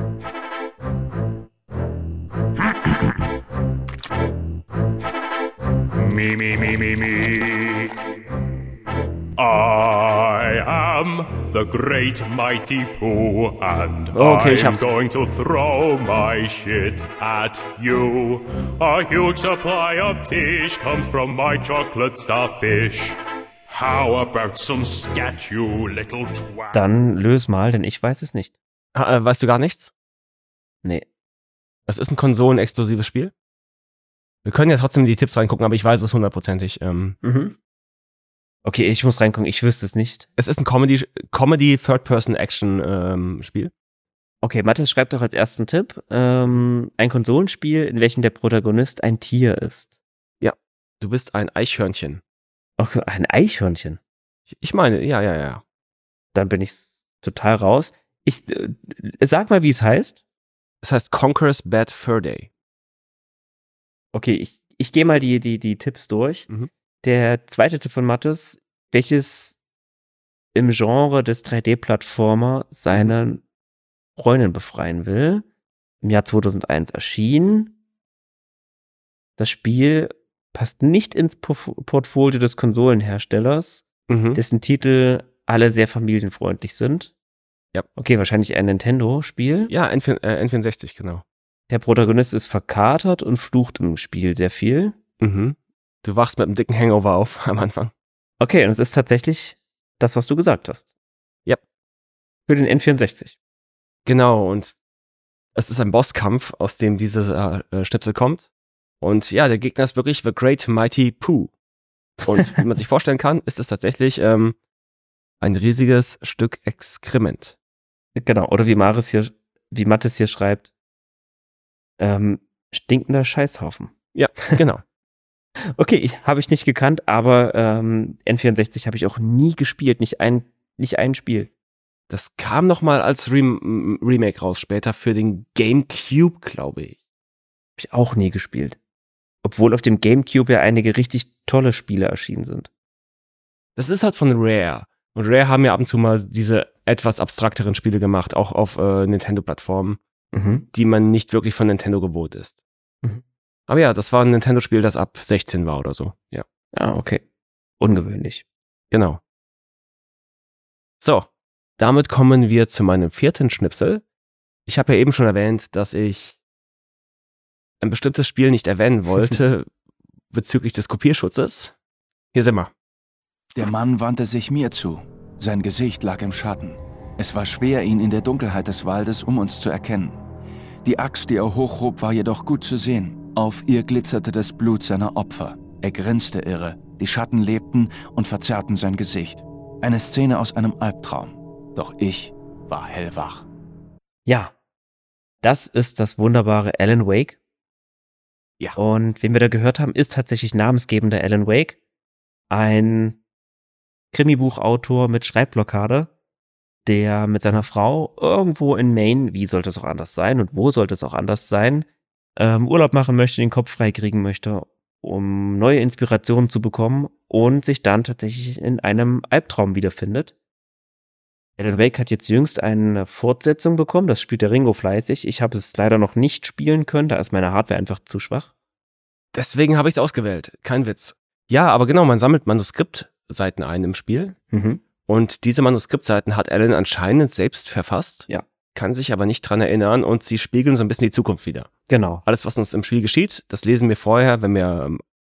Me, me, me, me, me. I am the great mighty Pooh, and Okay, ich I'm hab's. going to throw my shit at you. A huge supply of tish comes from my chocolate starfish. How about some scat, you little twat? Dann löse mal, denn ich weiß es nicht. Ah, äh, weißt du gar nichts? Nee. Das ist ein konsolenexklusives Spiel. Wir können ja trotzdem in die Tipps reingucken, aber ich weiß es hundertprozentig. Ähm, Mhm. Okay, ich muss reingucken, ich wüsste es nicht. es ist ein Comedy, Comedy Third-Person-Action-Spiel. Okay, Mattes schreibt doch als ersten Tipp, ähm, ein Konsolenspiel, in welchem der Protagonist ein Tier ist. Du bist ein Eichhörnchen. Okay, ein Eichhörnchen. Ich- Ich meine, ja, ja, ja. Dann bin ich total raus. Ich äh, sag mal, wie es heißt. Es heißt Conker's Bad Fur Day. Okay, ich, ich gehe mal die, die, die Tipps durch. Mhm. Der zweite Tipp von Mattes, welches im Genre des drei D-Plattformer seine Freundin befreien will. Im Jahr zweitausendeins erschien. Das Spiel passt nicht ins Porf- Portfolio des Konsolenherstellers, Mhm. dessen Titel alle sehr familienfreundlich sind. Ja. Okay, wahrscheinlich ein Nintendo-Spiel. Ja, N vier, äh, N vierundsechzig, genau. Der Protagonist ist verkatert und flucht im Spiel sehr viel. Mhm. Du wachst mit einem dicken Hangover auf am Anfang. Okay, und es ist tatsächlich das, was du gesagt hast. Ja. Für den N vierundsechzig. Genau, und es ist ein Bosskampf, aus dem diese äh, Schnipsel kommt. Und ja, der Gegner ist wirklich The Great Mighty Pooh. Und wie man sich vorstellen kann, ist es tatsächlich ähm, ein riesiges Stück Exkrement. Genau, oder wie Maris hier, wie Mattes hier schreibt, ähm, stinkender Scheißhaufen. Ja, genau. Okay, ich habe ich nicht gekannt, aber ähm, N vierundsechzig habe ich auch nie gespielt, nicht ein, nicht ein Spiel. Das kam noch mal als Rem Remake raus später für den GameCube, glaube ich. Habe ich auch nie gespielt. Obwohl auf dem GameCube ja einige richtig tolle Spiele erschienen sind. Das ist halt von Rare. Und Rare haben ja ab und zu mal diese etwas abstrakteren Spiele gemacht, auch auf äh, Nintendo-Plattformen, Mhm. die man nicht wirklich von Nintendo gewohnt ist. Mhm. Aber ja, das war ein Nintendo-Spiel, das ab sechzehn war oder so. Ja, Ah, okay. Ungewöhnlich. genau. So, damit kommen wir zu meinem vierten Schnipsel. Ich habe ja eben schon erwähnt, dass ich ein bestimmtes Spiel nicht erwähnen wollte bezüglich des Kopierschutzes. Hier sind wir. Der Mann wandte sich mir zu. Sein Gesicht lag im Schatten. Es war schwer, ihn in der Dunkelheit des Waldes um uns zu erkennen. Die Axt, die er hochhob, war jedoch gut zu sehen. Auf ihr glitzerte das Blut seiner Opfer. Er grinste irre. Die Schatten lebten und verzerrten sein Gesicht. Eine Szene aus einem Albtraum. Doch ich war hellwach. Ja, das ist das wunderbare Alan Wake. Ja. Und wen wir da gehört haben, ist tatsächlich namensgebender Alan Wake. Ein Krimibuchautor mit Schreibblockade, der mit seiner Frau irgendwo in Maine, wie sollte es auch anders sein und wo sollte es auch anders sein, ähm, Urlaub machen möchte, den Kopf frei kriegen möchte, um neue Inspirationen zu bekommen und sich dann tatsächlich in einem Albtraum wiederfindet. Alan Wake hat jetzt jüngst eine Fortsetzung bekommen, das spielt der Ringo fleißig. Ich habe es leider noch nicht spielen können, da ist meine Hardware einfach zu schwach. Deswegen habe ich es ausgewählt. Kein Witz. Ja, aber genau, man sammelt Manuskriptseiten ein im Spiel. Mhm. Und diese Manuskriptseiten hat Alan anscheinend selbst verfasst. Ja. Kann sich aber nicht dran erinnern und sie spiegeln so ein bisschen die Zukunft wider. Genau. Alles, was uns im Spiel geschieht, das lesen wir vorher, wenn wir ähm,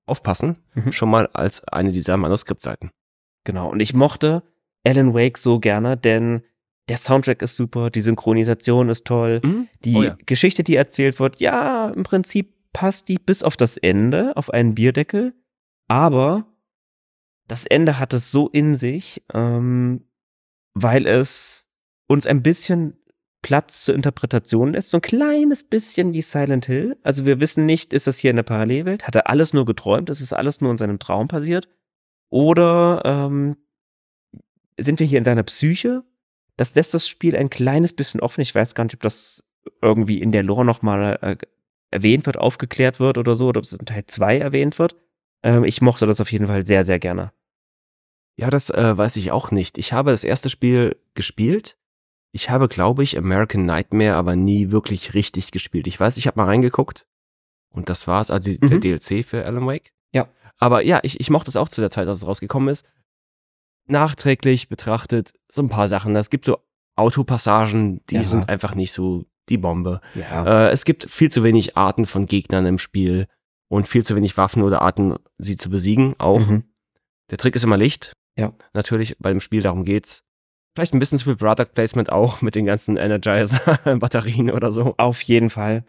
aufpassen, Mhm. schon mal als eine dieser Manuskriptseiten. Genau, und ich mochte Alan Wake so gerne, denn der Soundtrack ist super, die Synchronisation ist toll, Mhm. die Oh ja. Geschichte, die erzählt wird, ja, im Prinzip passt die bis auf das Ende, auf einen Bierdeckel, aber das Ende hat es so in sich, ähm, weil es uns ein bisschen Platz zur Interpretation lässt, so ein kleines bisschen wie Silent Hill. Also wir wissen nicht, ist das hier eine Parallelwelt? Hat er alles nur geträumt? Ist es alles nur in seinem Traum passiert? Oder ähm, sind wir hier in seiner Psyche? Das lässt das Spiel ein kleines bisschen offen. Ich weiß gar nicht, ob das irgendwie in der Lore nochmal äh, erwähnt wird, aufgeklärt wird oder so, oder ob es in Teil zwei erwähnt wird. Ähm, ich mochte das auf jeden Fall sehr, sehr gerne. Ja, das äh, weiß ich auch nicht. Ich habe das erste Spiel gespielt. Ich habe, glaube ich, American Nightmare aber nie wirklich richtig gespielt. Ich weiß, ich habe mal reingeguckt und das war's, also der Mhm. D L C für Alan Wake. Ja. Aber ja, ich, ich mochte es auch zu der Zeit, als es rausgekommen ist. Nachträglich betrachtet so ein paar Sachen. Es gibt so Autopassagen, die Ja. sind einfach nicht so die Bombe. Ja. Äh, es gibt viel zu wenig Arten von Gegnern im Spiel und viel zu wenig Waffen oder Arten, sie zu besiegen auch. Mhm. Der Trick ist immer Licht. Ja. Natürlich, bei dem Spiel, darum geht's. Vielleicht ein bisschen zu viel Product Placement auch mit den ganzen Energizer-Batterien oder so. Auf jeden Fall.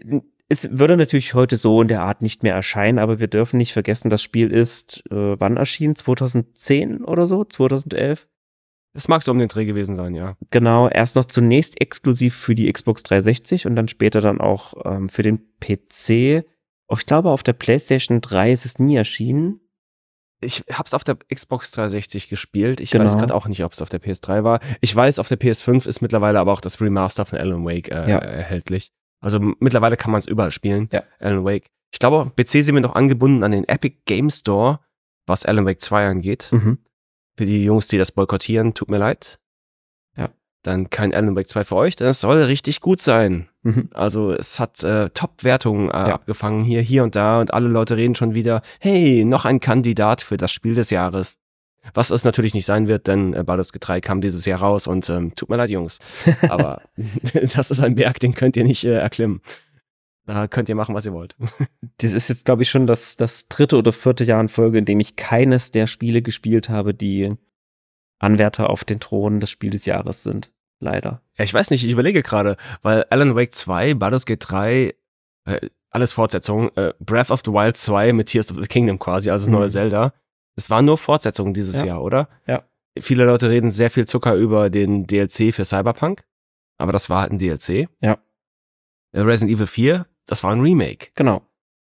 Es würde natürlich heute so in der Art nicht mehr erscheinen, aber wir dürfen nicht vergessen, das Spiel ist, äh, wann erschienen? zweitausendzehn oder so? zweitausendelf? Es mag so um den Dreh gewesen sein, ja. Genau, erst noch zunächst exklusiv für die Xbox dreihundertsechzig und dann später dann auch ähm, für den P C. Oh, ich glaube, auf der PlayStation drei ist es nie erschienen. Ich hab's auf der Xbox dreihundertsechzig gespielt. Ich Genau. weiß gerade auch nicht, ob es auf der P S drei war. Ich weiß, auf der P S fünf ist mittlerweile aber auch das Remaster von Alan Wake äh, Ja. erhältlich. Also m- mittlerweile kann man es überall spielen, Ja. Alan Wake. Ich glaube, auf dem P C sind wir noch angebunden an den Epic Game Store, was Alan Wake zwei angeht. Mhm. Für die Jungs, die das boykottieren, tut mir leid. Ja. Dann kein Alan Wake zwei für euch, denn es soll richtig gut sein. Mhm. Also es hat äh, Top-Wertungen äh, Ja. abgefangen hier, hier und da und alle Leute reden schon wieder, hey, noch ein Kandidat für das Spiel des Jahres. Was es natürlich nicht sein wird, denn äh, Baldur's Gate drei kam dieses Jahr raus und ähm, tut mir leid, Jungs. Aber das ist ein Berg, den könnt ihr nicht äh, erklimmen. Da könnt ihr machen, was ihr wollt. Das ist jetzt, glaube ich, schon das, das dritte oder vierte Jahr in Folge, in dem ich keines der Spiele gespielt habe, die Anwärter auf den Thron des Spiel des Jahres sind. Leider. Ja, ich weiß nicht, ich überlege gerade, weil Alan Wake zwei, Baldur's Gate drei, äh, alles Fortsetzungen, äh, Breath of the Wild zwei mit Tears of the Kingdom quasi, also das neue Mhm. Zelda. Es waren nur Fortsetzungen dieses Ja. Jahr, oder? Ja. Viele Leute reden sehr viel Zucker über den D L C für Cyberpunk, aber das war halt ein D L C. Ja. Äh, Resident Evil vier, das war ein Remake. Genau.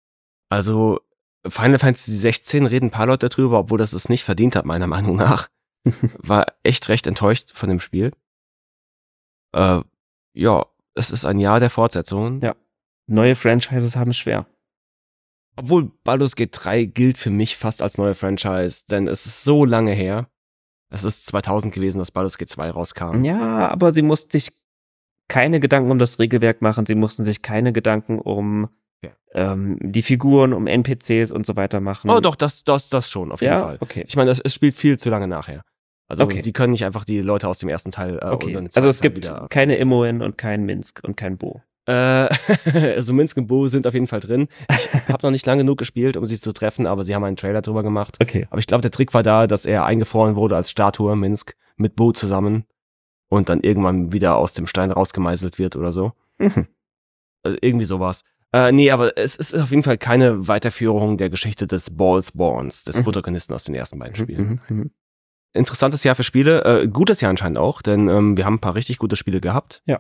Also Final Fantasy sechzehn reden ein paar Leute drüber, obwohl das es nicht verdient hat, meiner Meinung nach. War echt recht enttäuscht von dem Spiel. Äh, ja, es ist ein Jahr der Fortsetzungen. Ja. Neue Franchises haben es schwer. Obwohl Baldur's Gate drei gilt für mich fast als neue Franchise, denn es ist so lange her. Es ist zweitausend gewesen, dass Baldur's Gate zwei rauskam. Ja, aber sie mussten sich keine Gedanken um das Regelwerk machen, sie mussten sich keine Gedanken um Ja. ähm, die Figuren, um N P Cs und so weiter machen. Oh doch, das, das, das schon, auf jeden Ja? Fall. Okay. Ich meine, das- es spielt viel zu lange nachher. Also Okay. sie können nicht einfach die Leute aus dem ersten Teil äh, Okay. und dann Also es zweiten gibt Teil wieder. keine Imoen und kein Minsk und kein Bo. Äh, also Minsk und Bo sind auf jeden Fall drin. Ich habe noch nicht lange genug gespielt, um sie zu treffen, aber sie haben einen Trailer drüber gemacht. Okay. Aber ich glaube, der Trick war da, dass er eingefroren wurde als Statue, Minsk, mit Bo zusammen und dann irgendwann wieder aus dem Stein rausgemeißelt wird oder so. Mhm. Also irgendwie sowas. Äh, nee, aber es ist auf jeden Fall keine Weiterführung der Geschichte des Ballsborns, des Mhm. Protagonisten aus den ersten beiden Spielen. Mhm. Mhm. Interessantes Jahr für Spiele, äh, gutes Jahr anscheinend auch, denn ähm, wir haben ein paar richtig gute Spiele gehabt. Ja.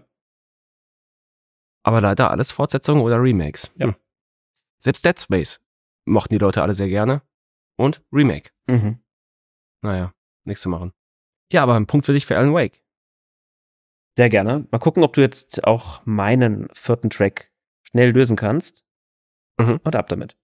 Aber leider alles Fortsetzungen oder Remakes. Ja. Hm. Selbst Dead Space mochten die Leute alle sehr gerne. Und Remake. Mhm. Naja, nichts zu machen. Ja, aber ein Punkt für dich für Alan Wake. Sehr gerne. Mal gucken, ob du jetzt auch meinen vierten Track schnell lösen kannst. Mhm. Und ab damit.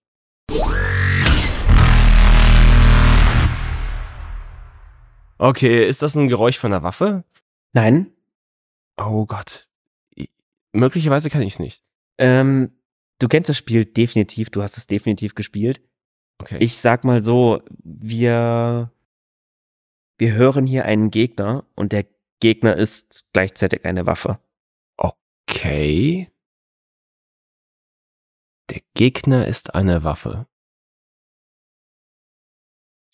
Okay, ist das ein Geräusch von einer Waffe? Nein. Oh Gott. I- Möglicherweise kann ich es nicht. Ähm, du kennst das Spiel definitiv, du hast es definitiv gespielt. Okay. Ich sag mal so, wir, wir hören hier einen Gegner und der Gegner ist gleichzeitig eine Waffe. Okay. Der Gegner ist eine Waffe.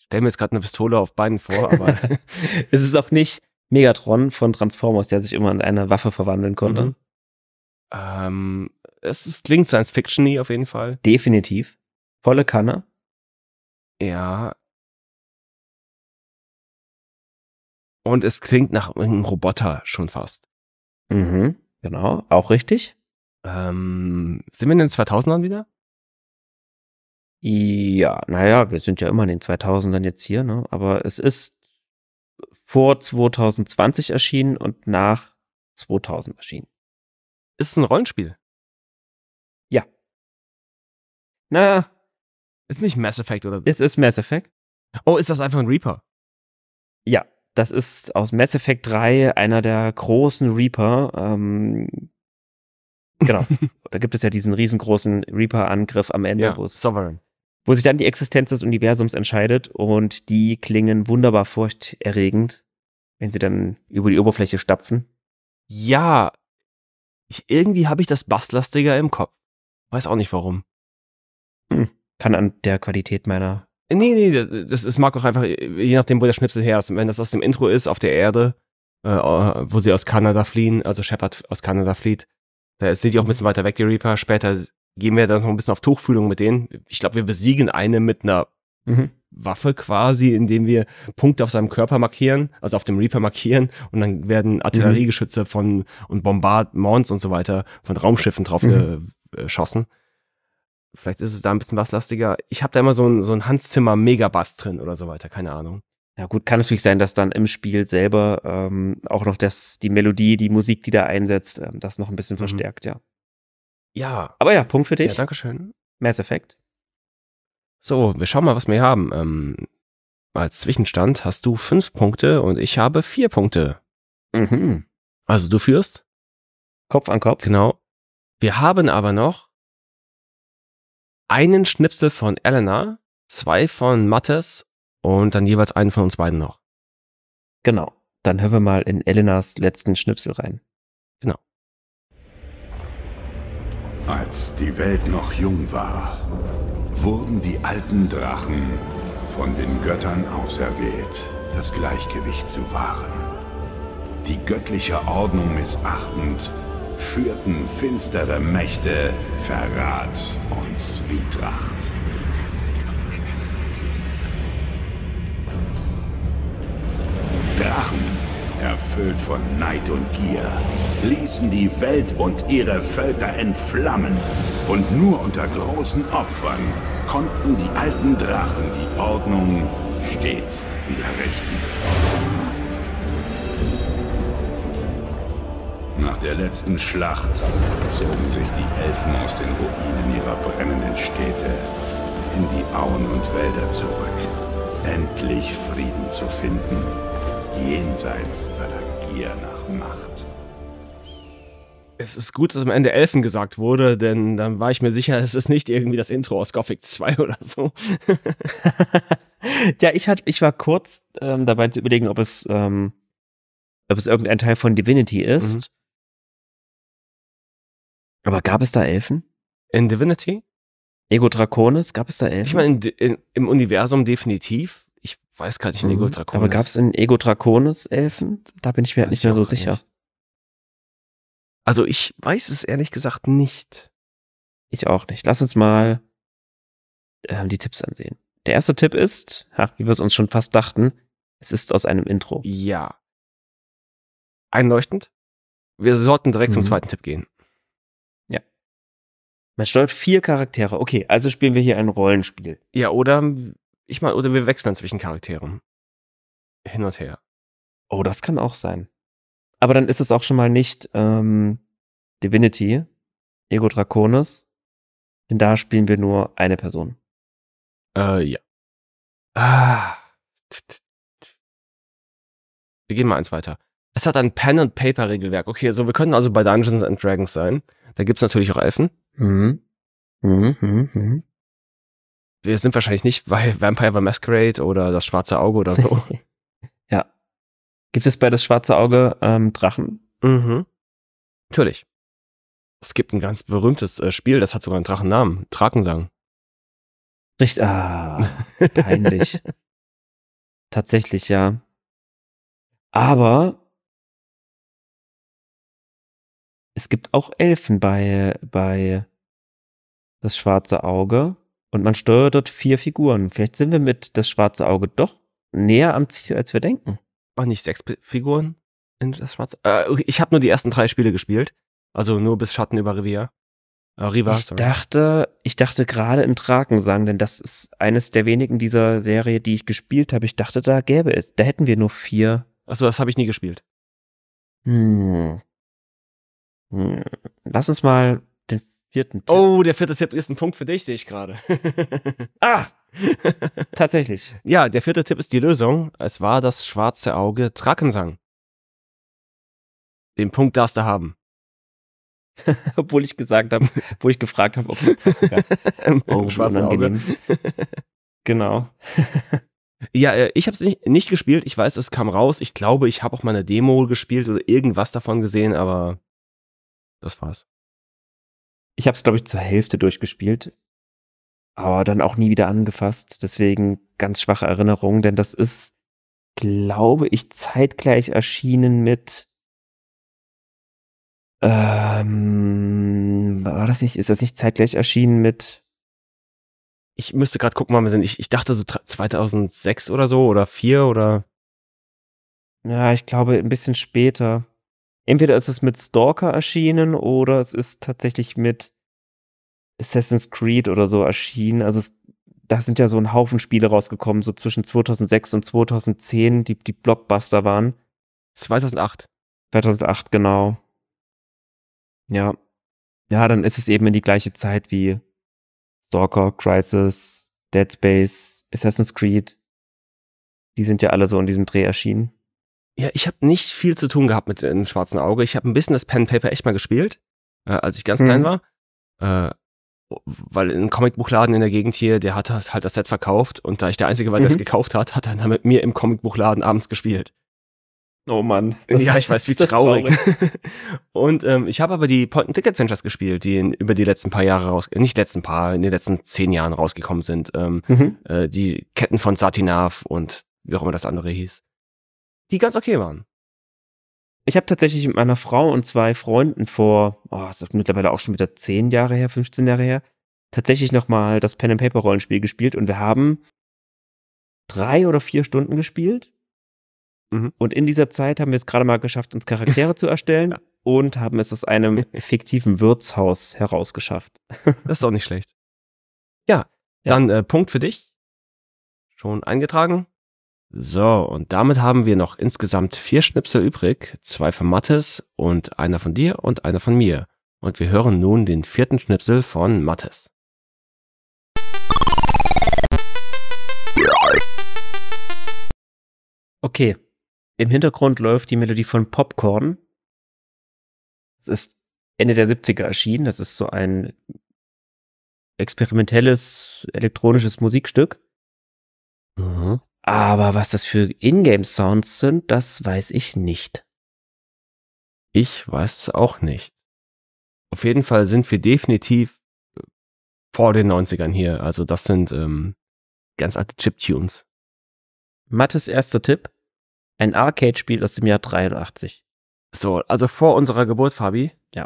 stelle mir jetzt gerade eine Pistole auf Beinen vor, aber Es ist auch nicht Megatron von Transformers, der sich immer in eine Waffe verwandeln konnte. Mhm. ähm, es ist, klingt Science-Fiction-y auf jeden Fall. Definitiv. Volle Kanne. Ja. Und es klingt nach einem Roboter schon fast. Mhm. Genau, auch richtig. Ähm, sind wir in den zweitausendern wieder? Ja, naja, wir sind ja immer in den zweitausendern jetzt hier, ne? Aber es ist vor zwanzig zwanzig erschienen und nach zweitausend erschienen. Ist es ein Rollenspiel? Ja. Na, Ist nicht Mass Effect oder? es ist Mass Effect. Oh, ist das einfach ein Reaper? Ja, das ist aus Mass Effect drei einer der großen Reaper. Ähm, genau. Da gibt es ja diesen riesengroßen Reaper-Angriff am Ende, Ja, wo es Sovereign. wo sich dann die Existenz des Universums entscheidet und die klingen wunderbar furchterregend, wenn sie dann über die Oberfläche stapfen. Ja, ich, irgendwie habe ich das basslastiger im Kopf. Weiß auch nicht warum. Hm. Kann an der Qualität meiner... Nee, nee, das, das mag auch einfach, je nachdem, wo der Schnipsel her ist. Wenn das aus dem Intro ist, auf der Erde, äh, wo sie aus Kanada fliehen, also Shepard aus Kanada flieht, da sind die auch ein bisschen weiter weg, die Reaper. Später gehen wir dann noch ein bisschen auf Tuchfühlung mit denen. Ich glaube, wir besiegen eine mit einer Mhm. Waffe quasi, indem wir Punkte auf seinem Körper markieren, also auf dem Reaper markieren, und dann werden Artilleriegeschütze von und Bombardements und so weiter von Raumschiffen drauf Mhm. ge- geschossen. Vielleicht ist es da ein bisschen basslastiger. Ich habe da immer so ein, so ein Hans Zimmer Megabass drin oder so weiter, keine Ahnung. Ja gut, kann natürlich sein, dass dann im Spiel selber ähm, auch noch das, die Melodie, die Musik, die da einsetzt, ähm, das noch ein bisschen Mhm. verstärkt, ja. Ja, Aber ja, Punkt für dich. ja, danke schön. Mass Effect. So, wir schauen mal, was wir hier haben. Ähm, als Zwischenstand hast du fünf Punkte und ich habe vier Punkte. Mhm. Also du führst. Kopf an Kopf. Genau. Wir haben aber noch einen Schnipsel von Elena, zwei von Mattes und dann jeweils einen von uns beiden noch. Genau. Dann hören wir mal in Elenas letzten Schnipsel rein. Genau. Als die Welt noch jung war, wurden die alten Drachen von den Göttern auserwählt, das Gleichgewicht zu wahren. Die göttliche Ordnung missachtend, schürten finstere Mächte Verrat und Zwietracht. Drachen, erfüllt von Neid und Gier, ließen die Welt und ihre Völker entflammen. Und nur unter großen Opfern konnten die alten Drachen die Ordnung stets wieder richten. Nach der letzten Schlacht zogen sich die Elfen aus den Ruinen ihrer brennenden Städte in die Auen und Wälder zurück, endlich Frieden zu finden, jenseits aller Gier nach Macht. Es ist gut, dass am Ende Elfen gesagt wurde, denn dann war ich mir sicher, es ist nicht irgendwie das Intro aus Gothic zwei oder so. Ja, ich, hat, ich war kurz ähm, dabei zu überlegen, ob es, ähm, ob es irgendein Teil von Divinity ist. Mhm. Aber gab es da Elfen? In Divinity? Ego Draconis, gab es da Elfen? Ich meine, in, in, im Universum definitiv. Ich weiß gerade nicht in Ego Mhm. Draconis. Aber gab es in Ego Draconis Elfen? Da bin ich mir halt Weiß nicht ich mehr so auch sicher. nicht. Also ich weiß es ehrlich gesagt nicht. Ich auch nicht. Lass uns mal ähm, die Tipps ansehen. Der erste Tipp ist, ha, wie wir es uns schon fast dachten, es ist aus einem Intro. Ja. Einleuchtend. Wir sollten direkt zum Mhm. zweiten Tipp gehen. Man steuert vier Charaktere. Okay, also spielen wir hier ein Rollenspiel. Ja, oder ich mal, oder wir wechseln zwischen Charakteren. Hin und her. Oh, das kann auch sein. Aber dann ist es auch schon mal nicht ähm, Divinity, Ego Draconis, denn da spielen wir nur eine Person. Äh, ja. Ah. Wir gehen mal eins weiter. Es hat ein Pen-and-Paper-Regelwerk. Okay, also wir können also bei Dungeons and Dragons sein. Da gibt's natürlich auch Elfen. Mhm. Mhm, mhm, mhm. Wir sind wahrscheinlich nicht bei Vampire the Masquerade oder das Schwarze Auge oder so. Ja. Gibt es bei das Schwarze Auge ähm, Drachen? Mhm. Natürlich. Es gibt ein ganz berühmtes äh, Spiel, das hat sogar einen Drachennamen. Drakensang. Richtig. Ah, peinlich. Tatsächlich, ja. Aber es gibt auch Elfen bei, bei das schwarze Auge und man steuert dort vier Figuren. Vielleicht sind wir mit das schwarze Auge doch näher am Ziel, als wir denken. War nicht sechs P- Figuren in das schwarze? Äh, okay, ich habe nur die ersten drei Spiele gespielt. Also nur bis Schatten über Riviera. Äh, Riva, Ich sorry. dachte, ich dachte gerade in Drakensang, denn das ist eines der wenigen dieser Serie, die ich gespielt habe. Ich dachte, da gäbe es, da hätten wir nur vier. Achso, das habe ich nie gespielt. Hm. Hm. Lass uns mal den vierten Tipp. Oh, der vierte Tipp ist ein Punkt für dich, sehe ich gerade. Ah! Tatsächlich. Ja, der vierte Tipp ist die Lösung. Es war das schwarze Auge Drakensang. Den Punkt darfst du haben. Obwohl ich gesagt habe, wo ich gefragt habe, ob ja. Oh, Schwarze unangenehm. Auge. Genau. Ja, äh, ich habe es nicht, nicht gespielt. Ich weiß, es kam raus. Ich glaube, ich habe auch mal eine Demo gespielt oder irgendwas davon gesehen, aber das war's. Ich habe es, glaube ich, zur Hälfte durchgespielt, aber dann auch nie wieder angefasst. Deswegen ganz schwache Erinnerungen, denn das ist, glaube ich, zeitgleich erschienen mit ähm, war das nicht, ist das nicht zeitgleich erschienen mit Ich müsste gerade gucken, wann wir sind. Ich, ich dachte so zweitausendsechs oder so oder vier oder. Ja, ich glaube ein bisschen später. Entweder ist es mit Stalker erschienen oder es ist tatsächlich mit Assassin's Creed oder so erschienen. Also es, da sind ja so ein Haufen Spiele rausgekommen, so zwischen zweitausendsechs und zweitausendzehn, die die Blockbuster waren. zweitausendacht. zweitausendacht, genau. Ja. Ja, dann ist es eben in die gleiche Zeit wie Stalker, Crysis, Dead Space, Assassin's Creed. Die sind ja alle so in diesem Dreh erschienen. Ja, ich habe nicht viel zu tun gehabt mit dem schwarzen Auge. Ich habe ein bisschen das Pen Paper echt mal gespielt, äh, als ich ganz Mhm. klein war. Äh, weil ein Comicbuchladen in der Gegend hier, der hat das, halt das Set verkauft und da ich der Einzige war, der es Mhm. gekauft hat, hat er dann mit mir im Comicbuchladen abends gespielt. Oh Mann. Ja, ich weiß, wie ist das traurig. Und ähm, ich habe aber die Point-and-Click-Adventures gespielt, die in, über die letzten paar Jahre raus, nicht letzten paar, in den letzten zehn Jahren rausgekommen sind. Ähm, Mhm. äh, die Ketten von Satinav und wie auch immer das andere hieß. Die ganz okay waren. Ich habe tatsächlich mit meiner Frau und zwei Freunden vor, oh, das ist mittlerweile auch schon wieder zehn Jahre her, fünfzehn Jahre her, tatsächlich nochmal das Pen-and-Paper-Rollenspiel gespielt und wir haben drei oder vier Stunden gespielt. Mhm. Und in dieser Zeit haben wir es gerade mal geschafft, uns Charaktere zu erstellen und haben es aus einem fiktiven Wirtshaus herausgeschafft. Das ist auch nicht schlecht. Ja, dann äh, Punkt für dich. Schon eingetragen. So, und damit haben wir noch insgesamt vier Schnipsel übrig. Zwei von Mathis und einer von dir und einer von mir. Und wir hören nun den vierten Schnipsel von Mathis. Okay, im Hintergrund läuft die Melodie von Popcorn. Es ist Ende der siebziger erschienen. Das ist so ein experimentelles elektronisches Musikstück. Mhm. Aber was das für Ingame-Sounds sind, das weiß ich nicht. Ich weiß es auch nicht. Auf jeden Fall sind wir definitiv vor den neunzigern hier. Also das sind ähm, ganz alte Chiptunes. Mattes erster Tipp: ein Arcade-Spiel aus dem Jahr dreiundachtzig. So, also vor unserer Geburt, Fabi. Ja.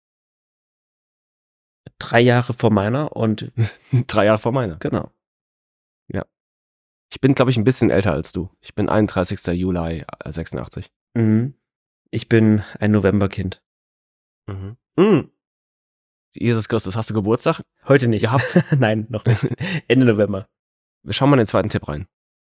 Drei Jahre vor meiner und Drei Jahre vor meiner. genau. Ja. Ich bin, glaube ich, ein bisschen älter als du. Ich bin einunddreißigster Juli sechsundachtzig. Mhm. Ich bin ein Novemberkind. Mhm. Mhm. Jesus Christus, hast du Geburtstag? Heute nicht. Gehabt? Nein, noch nicht. Ende November. Wir schauen mal den zweiten Tipp rein.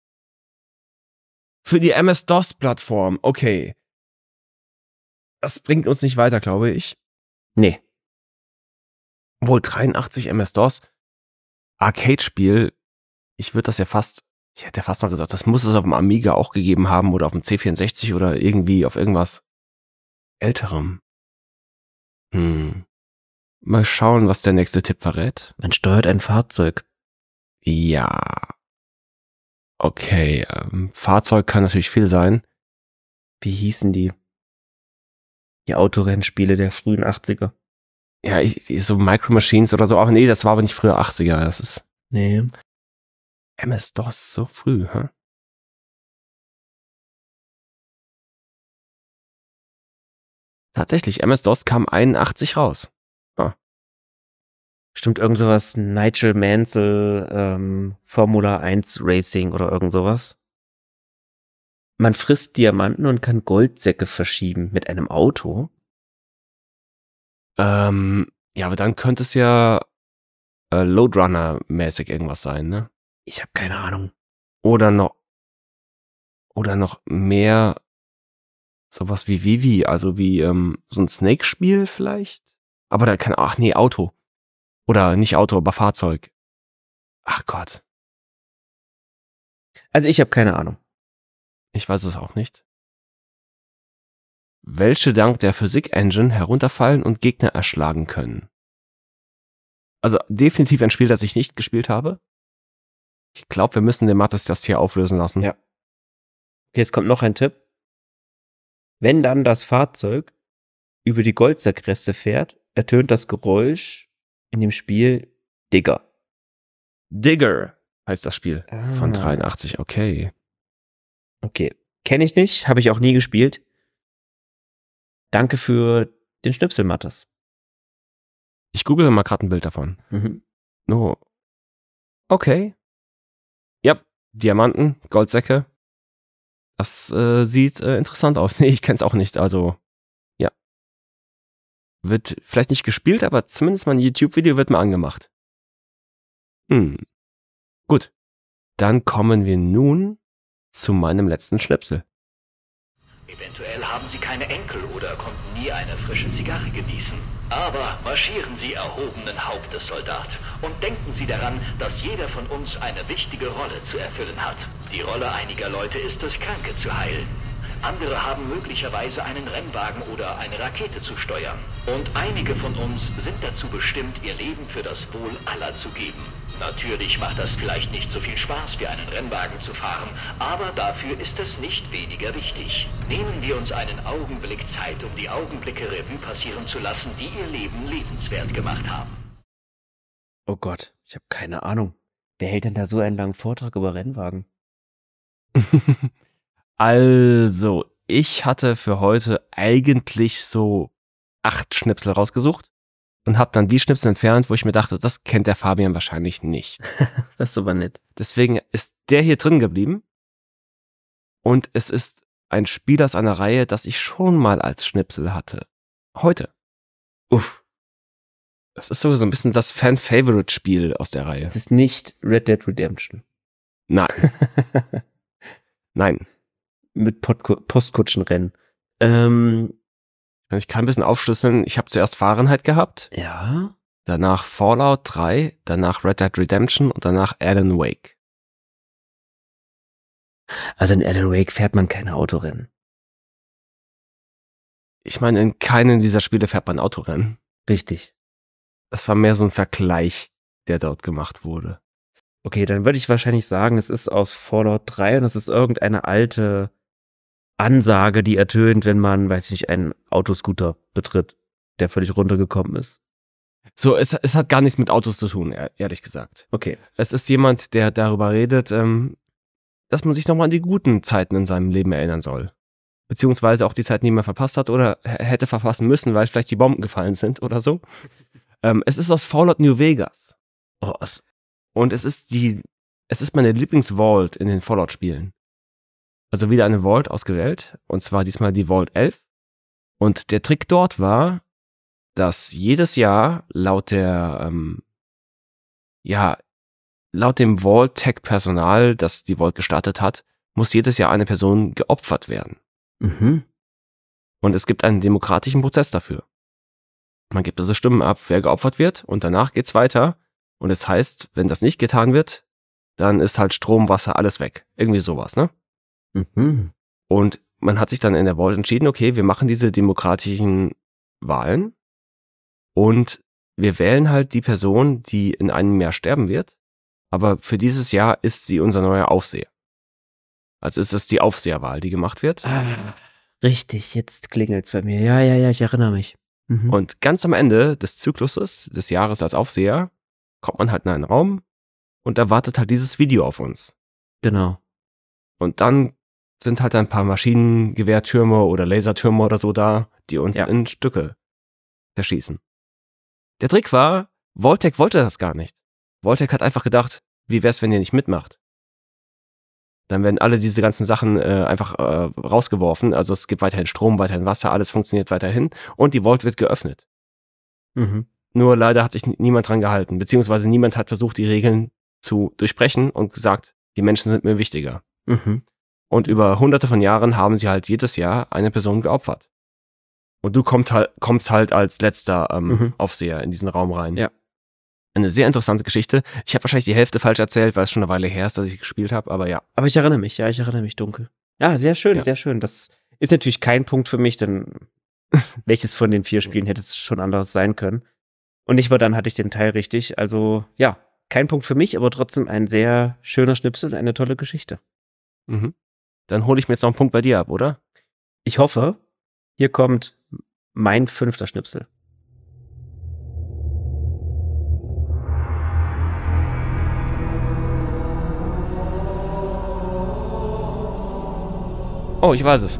Für die M S-DOS-Plattform, okay. Das bringt uns nicht weiter, glaube ich. Nee. Wohl dreiundachtzig M S-DOS. Arcade-Spiel. Ich würde das ja fast, ich hätte ja fast noch gesagt, das muss es auf dem Amiga auch gegeben haben oder auf dem C vierundsechzig oder irgendwie auf irgendwas Älterem. Hm. Mal schauen, was der nächste Tipp verrät. Man steuert ein Fahrzeug. Ja. Okay, ähm, Fahrzeug kann natürlich viel sein. Wie hießen die? Die Autorennspiele der frühen achtziger. Ja, ich, ich- so Micro Machines oder so. Aber nee, das war aber nicht früher achtziger. Das ist Nee. M S-DOS so früh, hä? Tatsächlich, M S-DOS kam einundachtzig raus. Ah. Stimmt, irgend sowas, Nigel Mansell, ähm, Formula eins Racing oder irgend sowas. Man frisst Diamanten und kann Goldsäcke verschieben mit einem Auto. Ähm, ja, aber dann könnte es ja äh, Loadrunner-mäßig irgendwas sein, ne? Ich habe keine Ahnung. Oder noch, oder noch mehr sowas wie Vivi, also wie ähm, so ein Snake-Spiel vielleicht? Aber da kann, ach nee, Auto. Oder nicht Auto, aber Fahrzeug. Ach Gott. Also ich habe keine Ahnung. Ich weiß es auch nicht. Welche dank der Physik-Engine herunterfallen und Gegner erschlagen können. Also definitiv ein Spiel, das ich nicht gespielt habe. Ich glaube, wir müssen den Mattes das hier auflösen lassen. Ja. Okay, es kommt noch ein Tipp. Wenn dann das Fahrzeug über die Goldsackreste fährt, ertönt das Geräusch in dem Spiel Digger. Digger heißt das Spiel. Ah. Von dreiundachtzig, okay. Okay, kenne ich nicht, habe ich auch nie gespielt. Danke für den Schnipsel, Mattes. Ich google mal gerade ein Bild davon. Mhm. No. Okay. Ja, Diamanten, Goldsäcke. Das äh, sieht äh, interessant aus. Nee, ich kenn's auch nicht, also ja. Wird vielleicht nicht gespielt, aber zumindest mal ein YouTube-Video wird mal angemacht. Hm. Gut. Dann kommen wir nun zu meinem letzten Schnipsel. Eventuell haben Sie keine Enkel oder konnten nie eine frische Zigarre genießen. Aber marschieren Sie erhobenen Hauptes, Soldat, und denken Sie daran, dass jeder von uns eine wichtige Rolle zu erfüllen hat. Die Rolle einiger Leute ist es, Kranke zu heilen. Andere haben möglicherweise einen Rennwagen oder eine Rakete zu steuern. Und einige von uns sind dazu bestimmt, ihr Leben für das Wohl aller zu geben. Natürlich macht das vielleicht nicht so viel Spaß, wie einen Rennwagen zu fahren, aber dafür ist es nicht weniger wichtig. Nehmen wir uns einen Augenblick Zeit, um die Augenblicke Revue passieren zu lassen, die ihr Leben lebenswert gemacht haben. Oh Gott, ich habe keine Ahnung. Wer hält denn da so einen langen Vortrag über Rennwagen? Also, ich hatte für heute eigentlich so acht Schnipsel rausgesucht und habe dann die Schnipsel entfernt, wo ich mir dachte, das kennt der Fabian wahrscheinlich nicht. Das ist aber nett. Deswegen ist der hier drin geblieben und es ist ein Spiel aus einer Reihe, das ich schon mal als Schnipsel hatte. Heute. Uff. Das ist so, so ein bisschen das Fan-Favorite-Spiel aus der Reihe. Es ist nicht Red Dead Redemption. Nein. Nein. Mit Podku- Postkutschenrennen. Ähm, ich kann ein bisschen aufschlüsseln. Ich habe zuerst Fahrenheit gehabt. Ja. Danach Fallout drei, danach Red Dead Redemption und danach Alan Wake. Also in Alan Wake fährt man keine Autorennen. Ich meine, in keinem dieser Spiele fährt man Autorennen. Richtig. Das war mehr so ein Vergleich, der dort gemacht wurde. Okay, dann würde ich wahrscheinlich sagen, es ist aus Fallout drei und es ist irgendeine alte Ansage, die ertönt, wenn man, weiß ich nicht, einen Autoscooter betritt, der völlig runtergekommen ist. So, es, es hat gar nichts mit Autos zu tun, ehrlich gesagt. Okay. Es ist jemand, der darüber redet, ähm, dass man sich nochmal an die guten Zeiten in seinem Leben erinnern soll. Beziehungsweise auch die Zeiten, die man verpasst hat oder h- hätte verpassen müssen, weil vielleicht die Bomben gefallen sind oder so. ähm, es ist aus Fallout New Vegas. Oh, es Und es ist die, es ist meine Lieblings-Vault in den Fallout-Spielen. Also wieder eine Vault ausgewählt, und zwar diesmal die Vault elf. Und der Trick dort war, dass jedes Jahr laut der, ähm, ja, laut dem Vault-Tech-Personal, das die Vault gestartet hat, muss jedes Jahr eine Person geopfert werden. Mhm. Und es gibt einen demokratischen Prozess dafür. Man gibt also Stimmen ab, wer geopfert wird, und danach geht's weiter. Und es heißt, wenn das nicht getan wird, dann ist halt Strom, Wasser, alles weg. Irgendwie sowas, ne? Mhm. Und man hat sich dann in der Vault entschieden, okay, wir machen diese demokratischen Wahlen und wir wählen halt die Person, die in einem Jahr sterben wird, aber für dieses Jahr ist sie unser neuer Aufseher. Also ist es die Aufseherwahl, die gemacht wird. Ah, richtig, jetzt klingelt's bei mir. Ja, ja, ja, ich erinnere mich. Mhm. Und ganz am Ende des Zykluses, des Jahres als Aufseher, kommt man halt in einen Raum und da wartet halt dieses Video auf uns. Genau. Und dann sind halt ein paar Maschinengewehrtürme oder Lasertürme oder so da, die uns Ja. in Stücke zerschießen. Der Trick war, Vault-Tec wollte das gar nicht. Vault-Tec hat einfach gedacht, wie wär's, wenn ihr nicht mitmacht? Dann werden alle diese ganzen Sachen äh, einfach äh, rausgeworfen. Also es gibt weiterhin Strom, weiterhin Wasser, alles funktioniert weiterhin und die Vault wird geöffnet. Mhm. Nur leider hat sich n- niemand dran gehalten, beziehungsweise niemand hat versucht, die Regeln zu durchbrechen und gesagt, die Menschen sind mir wichtiger. Mhm. Und über hunderte von Jahren haben sie halt jedes Jahr eine Person geopfert. Und du kommst halt, kommst halt als letzter ähm, Mhm. Aufseher in diesen Raum rein. Ja. Eine sehr interessante Geschichte. Ich habe wahrscheinlich die Hälfte falsch erzählt, weil es schon eine Weile her ist, dass ich gespielt habe, aber ja. Aber ich erinnere mich, ja, ich erinnere mich dunkel. Ja, sehr schön, Ja. sehr schön. Das ist natürlich kein Punkt für mich, denn welches von den vier Spielen hätte es schon anderes sein können? Und nicht mal dann hatte ich den Teil richtig. Also, ja, kein Punkt für mich, aber trotzdem ein sehr schöner Schnipsel und eine tolle Geschichte. Mhm. Dann hole ich mir jetzt noch einen Punkt bei dir ab, oder? Ich hoffe, hier kommt mein fünfter Schnipsel. Oh, ich weiß es.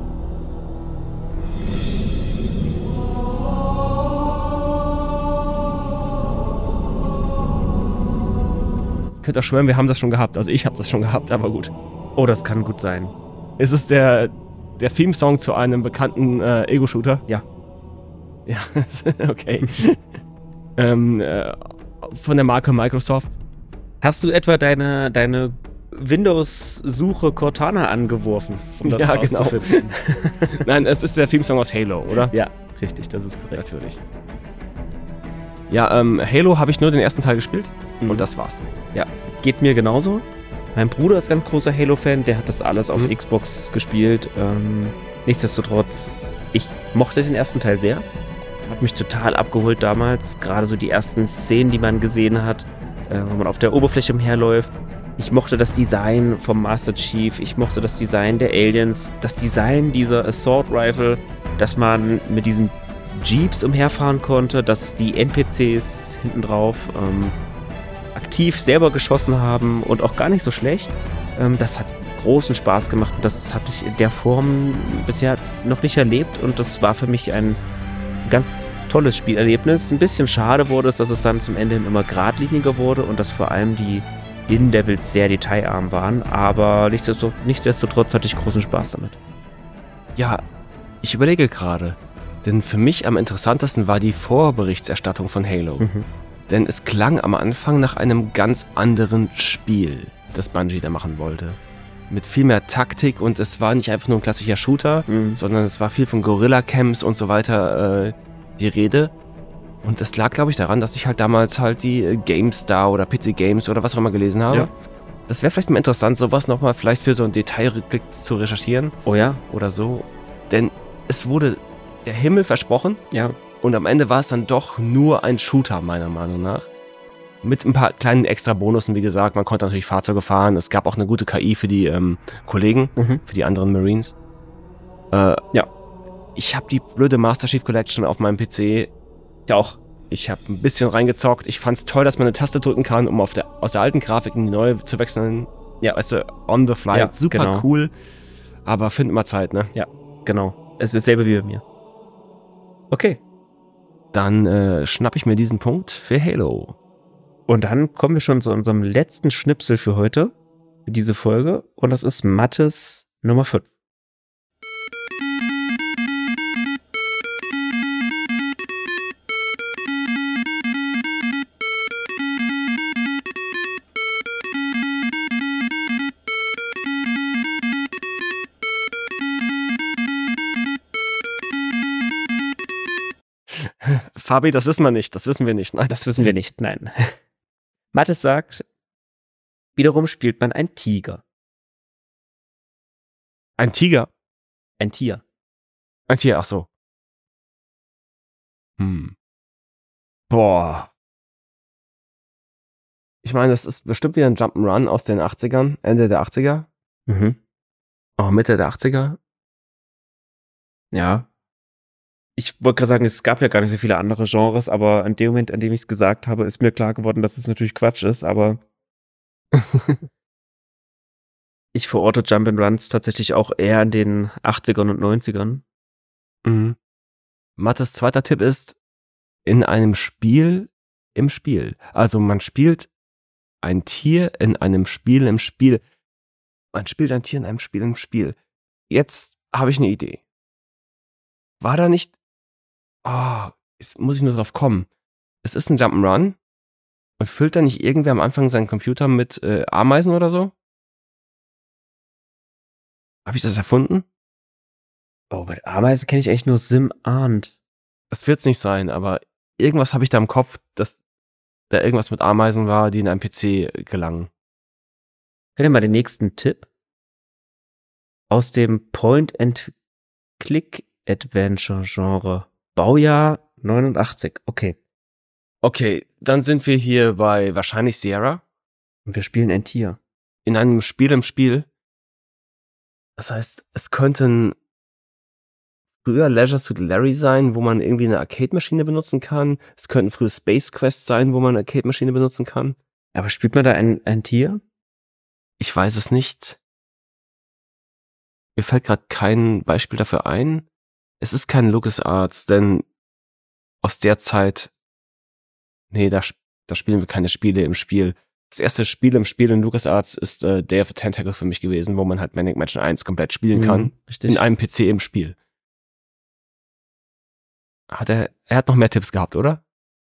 Ich könnte auch schwören, wir haben das schon gehabt. Also ich habe das schon gehabt, aber gut. Oh, das kann gut sein. Ist es der, der Theme-Song zu einem bekannten äh, Ego-Shooter? Ja. Ja, okay. ähm, äh, von der Marke Microsoft. Hast du etwa deine, deine Windows-Suche Cortana angeworfen, um das Ja, genau. rauszufinden? Nein, es ist der Theme-Song aus Halo, oder? Ja, richtig, das ist korrekt. Natürlich. Ja, ähm, Halo habe ich nur den ersten Teil gespielt Mhm. und das war's. Ja, geht mir genauso. Mein Bruder ist ganz großer Halo-Fan, der hat das alles auf Mhm. Xbox gespielt. Ähm, nichtsdestotrotz, ich mochte den ersten Teil sehr. Hat mich total abgeholt damals. Gerade so die ersten Szenen, die man gesehen hat, äh, wo man auf der Oberfläche umherläuft. Ich mochte das Design vom Master Chief, ich mochte das Design der Aliens, das Design dieser Assault Rifle, dass man mit diesen Jeeps umherfahren konnte, dass die N P Cs hinten drauf ähm, aktiv selber geschossen haben und auch gar nicht so schlecht. Ähm, das hat großen Spaß gemacht. Das hatte ich in der Form bisher noch nicht erlebt und das war für mich ein ganz tolles Spielerlebnis. Ein bisschen schade wurde es, dass es dann zum Ende hin immer geradliniger wurde und dass vor allem die Hidden-Levels sehr detailarm waren, aber nichtsdestotrotz, nichtsdestotrotz hatte ich großen Spaß damit. Ja, ich überlege gerade, denn für mich am interessantesten war die Vorberichterstattung von Halo. Mhm. Denn es klang am Anfang nach einem ganz anderen Spiel, das Bungie da machen wollte. Mit viel mehr Taktik und es war nicht einfach nur ein klassischer Shooter, Mhm. sondern es war viel von Guerilla-Camps und so weiter äh, die Rede. Und das lag, glaube ich, daran, dass ich halt damals halt die äh, GameStar oder P C Games oder was auch immer gelesen habe. Ja. Das wäre vielleicht mal interessant, sowas nochmal vielleicht für so einen Detailrückblick zu recherchieren Oh ja? oder so. Denn es wurde der Himmel versprochen Ja. und am Ende war es dann doch nur ein Shooter, meiner Meinung nach. Mit ein paar kleinen extra Bonussen, wie gesagt. Man konnte natürlich Fahrzeuge fahren. Es gab auch eine gute K I für die ähm, Kollegen, Mhm. für die anderen Marines. Äh, Ja. Ich habe die blöde Master Chief Collection auf meinem P C. Ja auch. Ich habe ein bisschen reingezockt. Ich fand's toll, dass man eine Taste drücken kann, um auf der, aus der alten Grafik in die neue zu wechseln. Ja. Weißt du, on the fly. Ja, Super genau. cool. Aber findet mal Zeit, ne? Ja, genau. Es ist dasselbe wie bei mir. Okay. Dann äh, schnapp ich mir diesen Punkt für Halo. Und dann kommen wir schon zu unserem letzten Schnipsel für heute, für diese Folge. Und das ist Mattes Nummer fünf. Fabi, das wissen wir nicht. Das wissen wir nicht. Nein. Das wissen wir nicht, nein. Mattes sagt, wiederum spielt man ein Tiger. Ein Tiger. Ein Tier. Ein Tier, ach so. Hm. Boah. Ich meine, das ist bestimmt wieder ein Jump'n'Run aus den achtzigern, Ende der achtziger. Mhm. Oh, Mitte der achtziger. Ja. Ich wollte gerade sagen, es gab ja gar nicht so viele andere Genres, aber in dem Moment, an dem ich es gesagt habe, ist mir klar geworden, dass es natürlich Quatsch ist, aber Ich verorte Jump'n'Runs tatsächlich auch eher in den achtzigern und neunzigern. Mhm. Mattes zweiter Tipp ist, in einem Spiel im Spiel. Also man spielt ein Tier in einem Spiel im Spiel. Man spielt ein Tier in einem Spiel im Spiel. Jetzt habe ich eine Idee. War da nicht... Oh, jetzt muss ich nur drauf kommen. Es ist ein Jump'n'Run und füllt da nicht irgendwer am Anfang seinen Computer mit äh, Ameisen oder so? Habe ich das erfunden? Oh, bei Ameisen kenne ich eigentlich nur SimArnt. Das wird's nicht sein, aber irgendwas habe ich da im Kopf, dass da irgendwas mit Ameisen war, die in einem P C gelangen. Kennt ihr mal den nächsten Tipp? Aus dem Point-and-Click-Adventure-Genre. Baujahr neunundachtzig. Okay. Okay, dann sind wir hier bei wahrscheinlich Sierra. Und wir spielen ein Tier. In einem Spiel im Spiel. Das heißt, es könnten früher Leisure Suit Larry sein, wo man irgendwie eine Arcade-Maschine benutzen kann. Es könnten früher Space Quest sein, wo man eine Arcade-Maschine benutzen kann. Aber spielt man da ein, ein Tier? Ich weiß es nicht. Mir fällt gerade kein Beispiel dafür ein. Es ist kein LucasArts, denn aus der Zeit, nee, da, da spielen wir keine Spiele im Spiel. Das erste Spiel im Spiel in LucasArts ist äh, Day of the Tentacle für mich gewesen, wo man halt Manic Mansion eins komplett spielen Mhm, kann. richtig. In einem P C im Spiel. Hat er, er hat noch mehr Tipps gehabt, oder?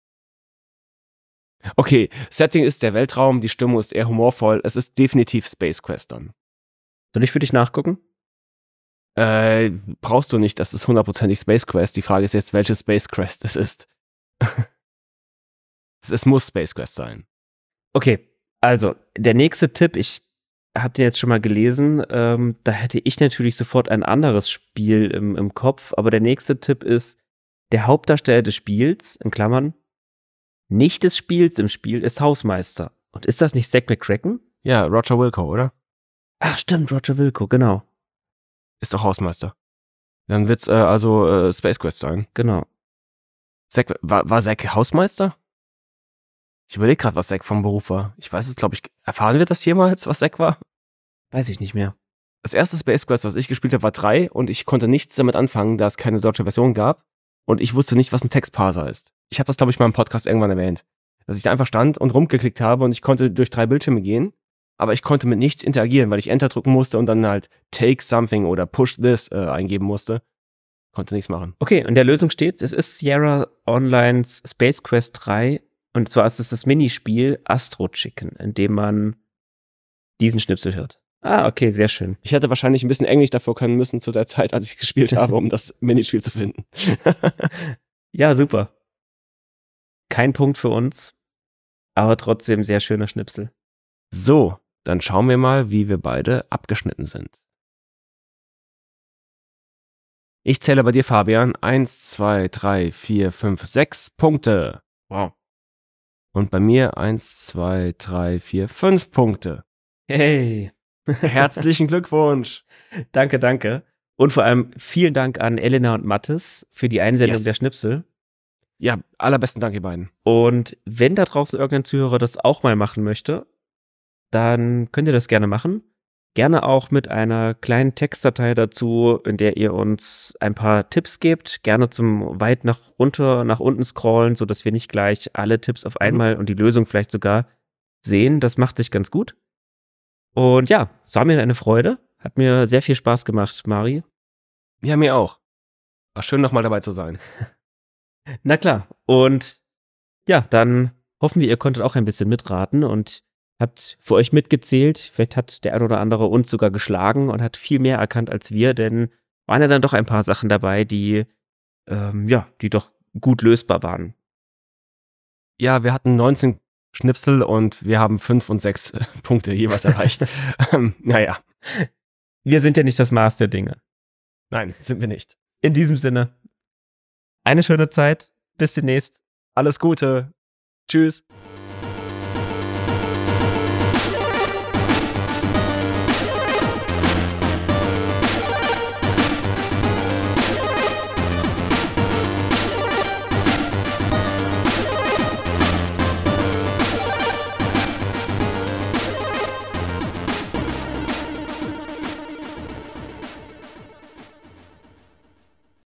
Okay, Setting ist der Weltraum, die Stimmung ist eher humorvoll. Es ist definitiv Space Quest dann. Soll ich für dich nachgucken? Äh, brauchst du nicht, das ist hundertprozentig Space Quest. Die Frage ist jetzt, welche Space Quest es ist. es, es muss Space Quest sein. Okay, also der nächste Tipp, ich habe den jetzt schon mal gelesen, ähm, da hätte ich natürlich sofort ein anderes Spiel im, im Kopf, aber der nächste Tipp ist, der Hauptdarsteller des Spiels, in Klammern, nicht des Spiels im Spiel, ist Hausmeister. Und ist das nicht Zack McCracken? Ja, Roger Wilco, oder? Ach stimmt, Roger Wilco, genau. Ist doch Hausmeister. Dann wird's äh, also äh, Space Quest sein. Genau. Zack, war, war Zack Hausmeister? Ich überlege gerade, was Zack vom Beruf war. Ich weiß es, glaube ich. Erfahren wir das jemals, was Zack war? Weiß ich nicht mehr. Das erste Space Quest, was ich gespielt habe, war drei und ich konnte nichts damit anfangen, da es keine deutsche Version gab und ich wusste nicht, was ein Textparser ist. Ich habe das, glaube ich, mal im Podcast irgendwann erwähnt. Dass ich da einfach stand und rumgeklickt habe und ich konnte durch drei Bildschirme gehen, aber ich konnte mit nichts interagieren, weil ich Enter drücken musste und dann halt Take Something oder Push This äh, eingeben musste. Konnte nichts machen. Okay, in der Lösung steht's, es ist Sierra Onlines Space Quest drei und zwar ist es das Minispiel Astro Chicken, in dem man diesen Schnipsel hört. Ah, okay, sehr schön. Ich hätte wahrscheinlich ein bisschen Englisch davor können müssen zu der Zeit, als ich gespielt habe, um das Minispiel zu finden. Ja, super. Kein Punkt für uns, aber trotzdem sehr schöner Schnipsel. So, dann schauen wir mal, wie wir beide abgeschnitten sind. Ich zähle bei dir, Fabian. Eins, zwei, drei, vier, fünf, sechs Punkte. Wow. Und bei mir eins, zwei, drei, vier, fünf Punkte. Hey. Herzlichen Glückwunsch. Danke, danke. Und vor allem vielen Dank an Elena und Mathis für die Einsendung Yes. der Schnipsel. Ja, allerbesten Dank, ihr beiden. Und wenn da draußen irgendein Zuhörer das auch mal machen möchte, dann könnt ihr das gerne machen. Gerne auch mit einer kleinen Textdatei dazu, in der ihr uns ein paar Tipps gebt. Gerne zum weit nach runter, nach unten scrollen, sodass wir nicht gleich alle Tipps auf einmal und die Lösung vielleicht sogar sehen. Das macht sich ganz gut. Und ja, es war mir eine Freude. Hat mir sehr viel Spaß gemacht, Mari. Ja, mir auch. War schön, nochmal dabei zu sein. Na klar. Und ja, dann hoffen wir, ihr konntet auch ein bisschen mitraten und habt für euch mitgezählt. Vielleicht hat der ein oder andere uns sogar geschlagen und hat viel mehr erkannt als wir, denn waren ja dann doch ein paar Sachen dabei, die, ähm, ja, die doch gut lösbar waren. Ja, wir hatten neunzehn Schnipsel und wir haben fünf und sechs Punkte jeweils erreicht. ähm, naja. Wir sind ja nicht das Maß der Dinge. Nein, sind wir nicht. In diesem Sinne, eine schöne Zeit. Bis demnächst. Alles Gute. Tschüss.